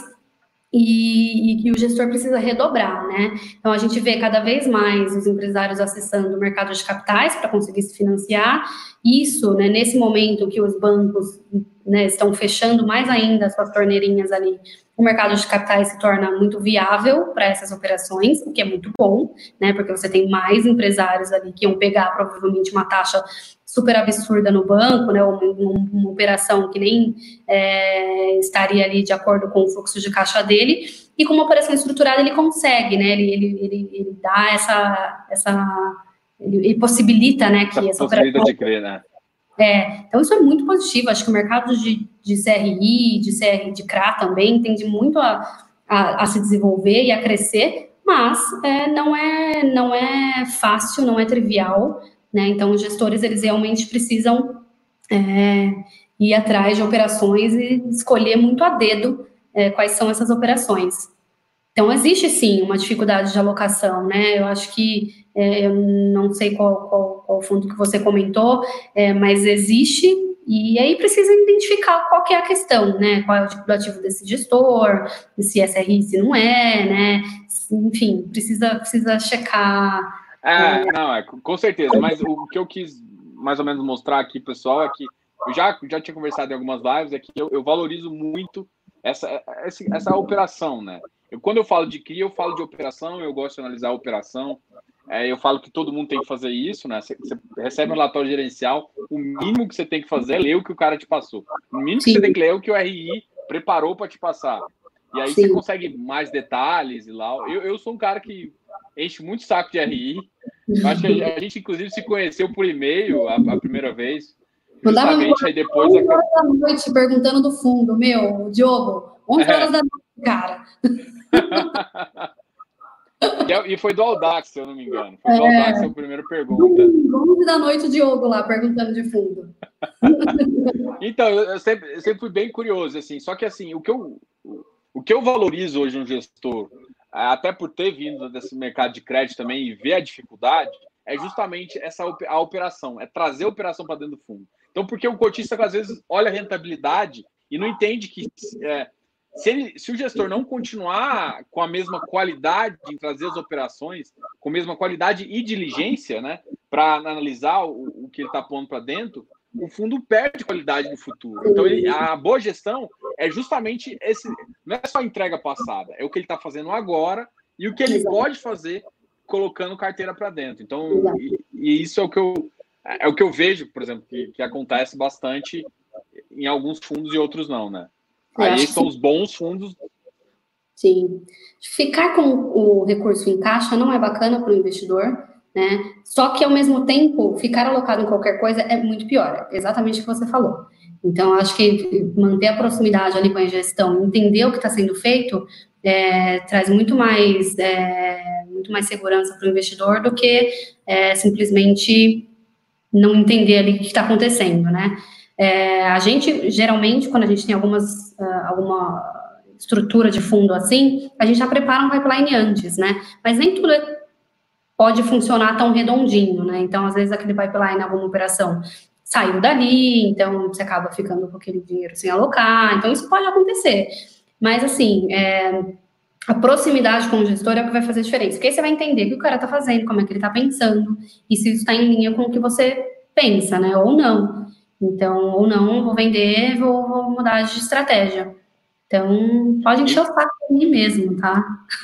e que o gestor precisa redobrar, né? Então, a gente vê cada vez mais os empresários acessando o mercado de capitais para conseguir se financiar. Isso, né, nesse momento que os bancos, né, estão fechando mais ainda as suas torneirinhas ali, o mercado de capitais se torna muito viável para essas operações, o que é muito bom, né? Porque você tem mais empresários ali que iam pegar provavelmente uma taxa super absurda no banco, né? Uma operação que nem estaria ali de acordo com o fluxo de caixa dele, e com uma operação estruturada ele consegue, né? Ele dá ele possibilita, né, que essa operação... de crer, né? Então isso é muito positivo. Acho que o mercado de CRI, de CRA também tende muito a se desenvolver e a crescer, mas não é fácil, não é trivial, né? Então os gestores, eles realmente precisam ir atrás de operações e escolher muito a dedo quais são essas operações. Então, existe sim uma dificuldade de alocação, né? Eu acho que, eu não sei qual fundo que você comentou, mas existe, e aí precisa identificar qual que é a questão, né? Qual é o tipo do ativo desse gestor, se é SRI, se não é, né? Enfim, precisa checar. Com certeza, mas o que eu quis mais ou menos mostrar aqui, pessoal, é que eu já tinha conversado em algumas lives, é que eu valorizo muito essa operação, né? Quando eu falo de CRI, eu falo de operação, eu gosto de analisar a operação. Eu falo que todo mundo tem que fazer isso, né? Você recebe um relatório gerencial, o mínimo que você tem que fazer é ler o que o cara te passou. O mínimo que você tem que ler é o que o RI preparou para te passar. E aí você consegue mais detalhes e lá. Eu sou um cara que enche muito saco de RI. Eu acho que a gente, inclusive, se conheceu por e-mail a primeira vez. Justamente, aí depois... 11 horas da noite perguntando do fundo, meu, Diogo, 11 horas da noite, cara. E foi do Audax, se eu não me engano. Foi do Audax a primeira pergunta. 11 da noite, o Diogo lá, perguntando de fundo. Então, eu sempre fui bem curioso, assim. Só que, assim, o que eu valorizo hoje no gestor, até por ter vindo desse mercado de crédito também e ver a dificuldade, é justamente a operação, é trazer a operação para dentro do fundo. Então, porque o cotista, às vezes, olha a rentabilidade e não entende que se o gestor não continuar com a mesma qualidade em trazer as operações, com a mesma qualidade e diligência, né, para analisar o que ele está pondo para dentro, o fundo perde qualidade no futuro. Então, a boa gestão é justamente não é só a entrega passada, é o que ele está fazendo agora e o que ele pode fazer colocando carteira para dentro. Então, e isso é o que eu vejo, por exemplo, que acontece bastante em alguns fundos e outros não, né? Aí são os bons fundos. Sim. Ficar com o recurso em caixa não é bacana para o investidor, né? Só que, ao mesmo tempo, ficar alocado em qualquer coisa é muito pior. Exatamente o que você falou. Então, acho que manter a proximidade ali com a gestão, entender o que está sendo feito, traz muito mais segurança para o investidor do que simplesmente não entender ali o que está acontecendo, né? A gente, geralmente, quando a gente tem alguma estrutura de fundo assim, a gente já prepara um pipeline antes, né? Mas nem tudo pode funcionar tão redondinho, né? Então, às vezes, aquele pipeline, alguma operação saiu dali, então você acaba ficando com aquele dinheiro sem alocar. Então, isso pode acontecer. Mas, assim, a proximidade com o gestor é o que vai fazer a diferença. Porque aí você vai entender o que o cara está fazendo, como é que ele está pensando, e se isso está em linha com o que você pensa, né? Ou não. Então, ou não, vou vender, vou mudar de estratégia. Então, pode encher o saco de mim mesmo, tá?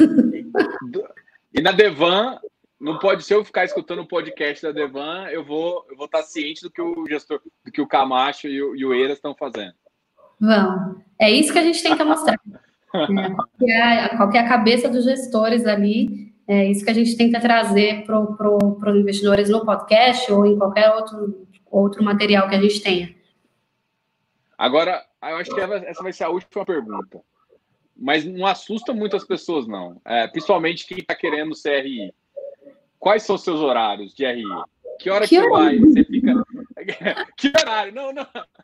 E na Devan, não pode ser eu ficar escutando o podcast da Devan, eu vou estar ciente do que o gestor, do que o Camacho e o Eiras estão fazendo. Vamos. É isso que a gente tenta mostrar. Qual que é a cabeça dos gestores ali, é isso que a gente tenta trazer para os investidores no podcast ou em qualquer outro material que a gente tenha. Agora, eu acho que essa vai ser a última pergunta. Mas não assusta muitas pessoas, não. Principalmente quem está querendo CRI. Quais são os seus horários de RI? Que hora que você vai? Você fica... Que horário? Não.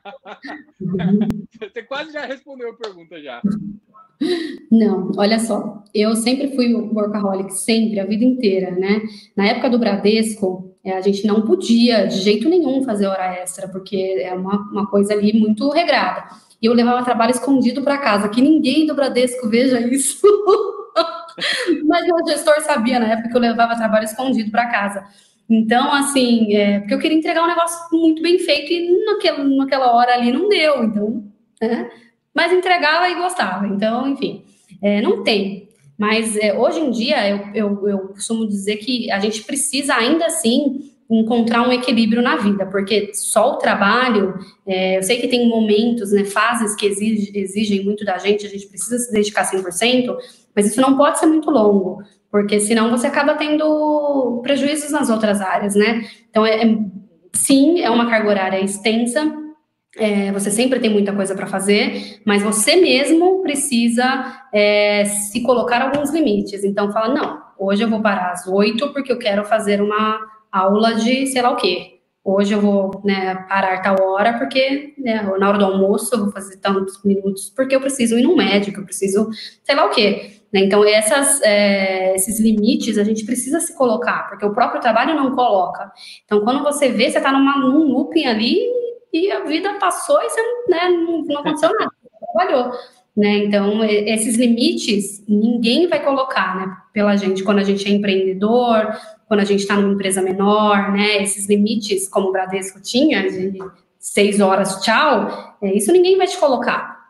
Você quase já respondeu a pergunta já. Não, olha só, eu sempre fui workaholic, sempre, a vida inteira, né? Na época do Bradesco, a gente não podia de jeito nenhum fazer hora extra, porque é uma coisa ali muito regrada. E eu levava trabalho escondido para casa, que ninguém do Bradesco veja isso. Mas o gestor sabia na época que eu levava trabalho escondido para casa. Então, assim, porque eu queria entregar um negócio muito bem feito e naquela hora ali não deu, então, né? Mas entregava e gostava. Então, enfim, não tem. Mas hoje em dia, eu costumo dizer que a gente precisa ainda assim encontrar um equilíbrio na vida, porque só o trabalho, eu sei que tem momentos, né, fases que exigem muito da gente, a gente precisa se dedicar 100%, mas isso não pode ser muito longo, porque senão você acaba tendo prejuízos nas outras áreas, né? Então, sim, é uma carga horária extensa, você sempre tem muita coisa para fazer, mas você mesmo precisa se colocar alguns limites. Então, fala, não, hoje eu vou parar às 8 porque eu quero fazer uma aula de sei lá o quê. Hoje eu vou, né, parar tal hora porque, né, na hora do almoço eu vou fazer tantos minutos porque eu preciso ir no médico, eu preciso sei lá o quê. Então, esses limites a gente precisa se colocar, porque o próprio trabalho não coloca. Então, quando você vê, você está num looping ali e a vida passou e você, né, não aconteceu nada, você trabalhou. Né? Então, esses limites ninguém vai colocar, né, pela gente, quando a gente é empreendedor, quando a gente está numa empresa menor, né, esses limites, como o Bradesco tinha, de 6 horas, tchau, isso ninguém vai te colocar.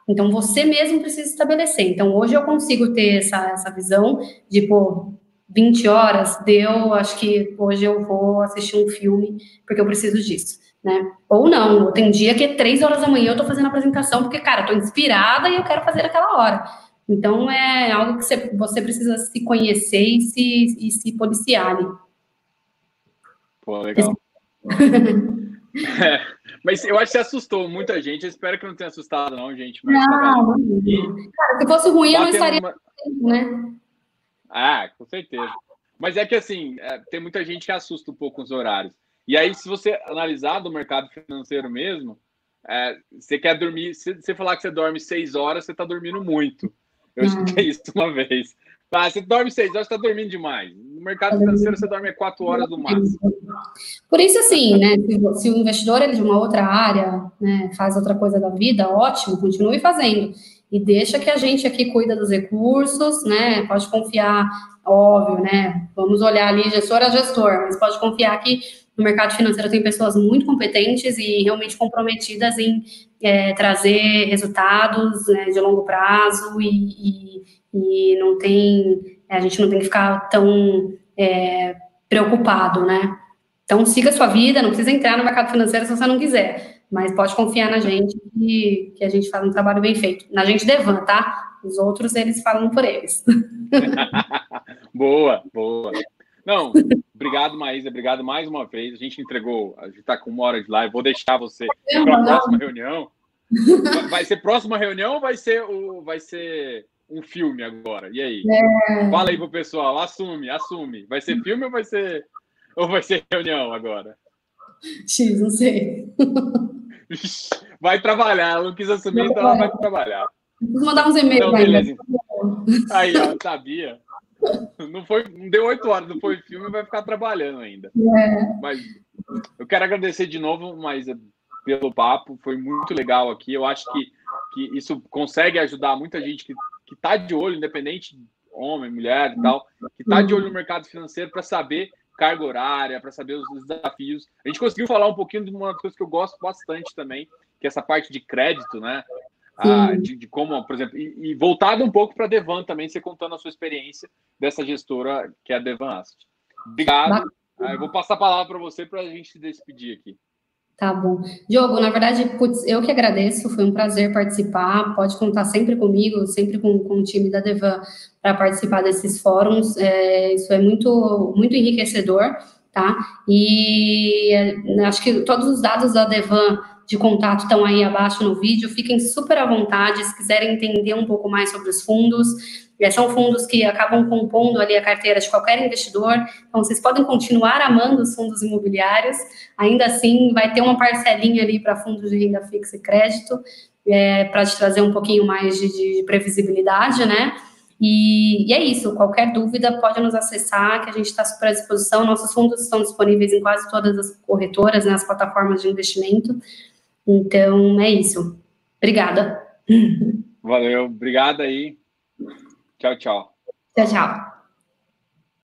Então, você mesmo precisa estabelecer. Então, hoje eu consigo ter essa visão de, pô, 20 horas deu, acho que hoje eu vou assistir um filme porque eu preciso disso, né? Ou não, tem dia que é 3 horas da manhã eu tô fazendo a apresentação porque, cara, eu tô inspirada e eu quero fazer aquela hora. Então, é algo que você precisa se conhecer e se policiar ali. Pô, legal. Mas eu acho que você assustou muita gente. Eu espero que não tenha assustado, não, gente. Mas não. Cara, se fosse ruim, eu não estaria né? Ah, com certeza. Mas é que, assim, tem muita gente que assusta um pouco os horários. E aí, se você analisar do mercado financeiro mesmo, você quer dormir... Se você falar que você dorme 6 horas, você está dormindo muito. Eu escutei isso uma vez. Você dorme 6 horas, você está dormindo demais. No mercado financeiro, você dorme 4 horas no máximo. Por isso, assim, né, se o investidor ele de uma outra área, né, faz outra coisa da vida, ótimo, continue fazendo. E deixa que a gente aqui cuida dos recursos, né, pode confiar, óbvio, né, vamos olhar ali gestor a gestor, mas pode confiar que no mercado financeiro tem pessoas muito competentes e realmente comprometidas em trazer resultados, né, de longo prazo e não tem, a gente não tem que ficar tão preocupado, né? Então, siga a sua vida, não precisa entrar no mercado financeiro se você não quiser, mas pode confiar na gente que a gente faz um trabalho bem feito. Na gente Devan, tá? Os outros, eles falam por eles. Boa, boa. Não, obrigado, Maísa, obrigado mais uma vez. A gente entregou, a gente está com 1 hora de live, vou deixar você ir para a próxima reunião. Vai ser próxima reunião ou vai ser um filme agora? E aí? Fala aí pro pessoal, assume. Vai ser filme ou vai ser reunião agora? X, não sei. Vai trabalhar, ela não quis assumir, então ela vai trabalhar. Vou mandar uns e-mails. Não, beleza. Aí, ó, sabia. Não deu 8 horas, não foi filme, vai ficar trabalhando ainda. Mas eu quero agradecer de novo, mas pelo papo, foi muito legal aqui. Eu acho que isso consegue ajudar muita gente que está de olho, independente de homem, mulher e tal, que está de olho no mercado financeiro para saber carga horária, para saber os desafios. A gente conseguiu falar um pouquinho de uma coisa que eu gosto bastante também, que é essa parte de crédito, né? De como, por exemplo, e voltado um pouco para a Devan também, você contando a sua experiência dessa gestora que é a Devan Asset. Obrigado. Eu vou passar a palavra para você para a gente se despedir aqui. Tá bom. Diogo, na verdade, putz, eu que agradeço, foi um prazer participar, pode contar sempre comigo, sempre com o time da Devan para participar desses fóruns, isso é muito, muito enriquecedor, tá? E acho que todos os dados da Devan de contato estão aí abaixo no vídeo, fiquem super à vontade, se quiserem entender um pouco mais sobre os fundos, são fundos que acabam compondo ali a carteira de qualquer investidor, então vocês podem continuar amando os fundos imobiliários, ainda assim vai ter uma parcelinha ali para fundos de renda fixa e crédito, para te trazer um pouquinho mais de previsibilidade, né? E é isso, qualquer dúvida pode nos acessar, que a gente está super à disposição, nossos fundos estão disponíveis em quase todas as corretoras, nas plataformas de investimento, então é isso. Obrigada. Valeu, obrigado aí. Tchau, tchau. Tchau, tchau.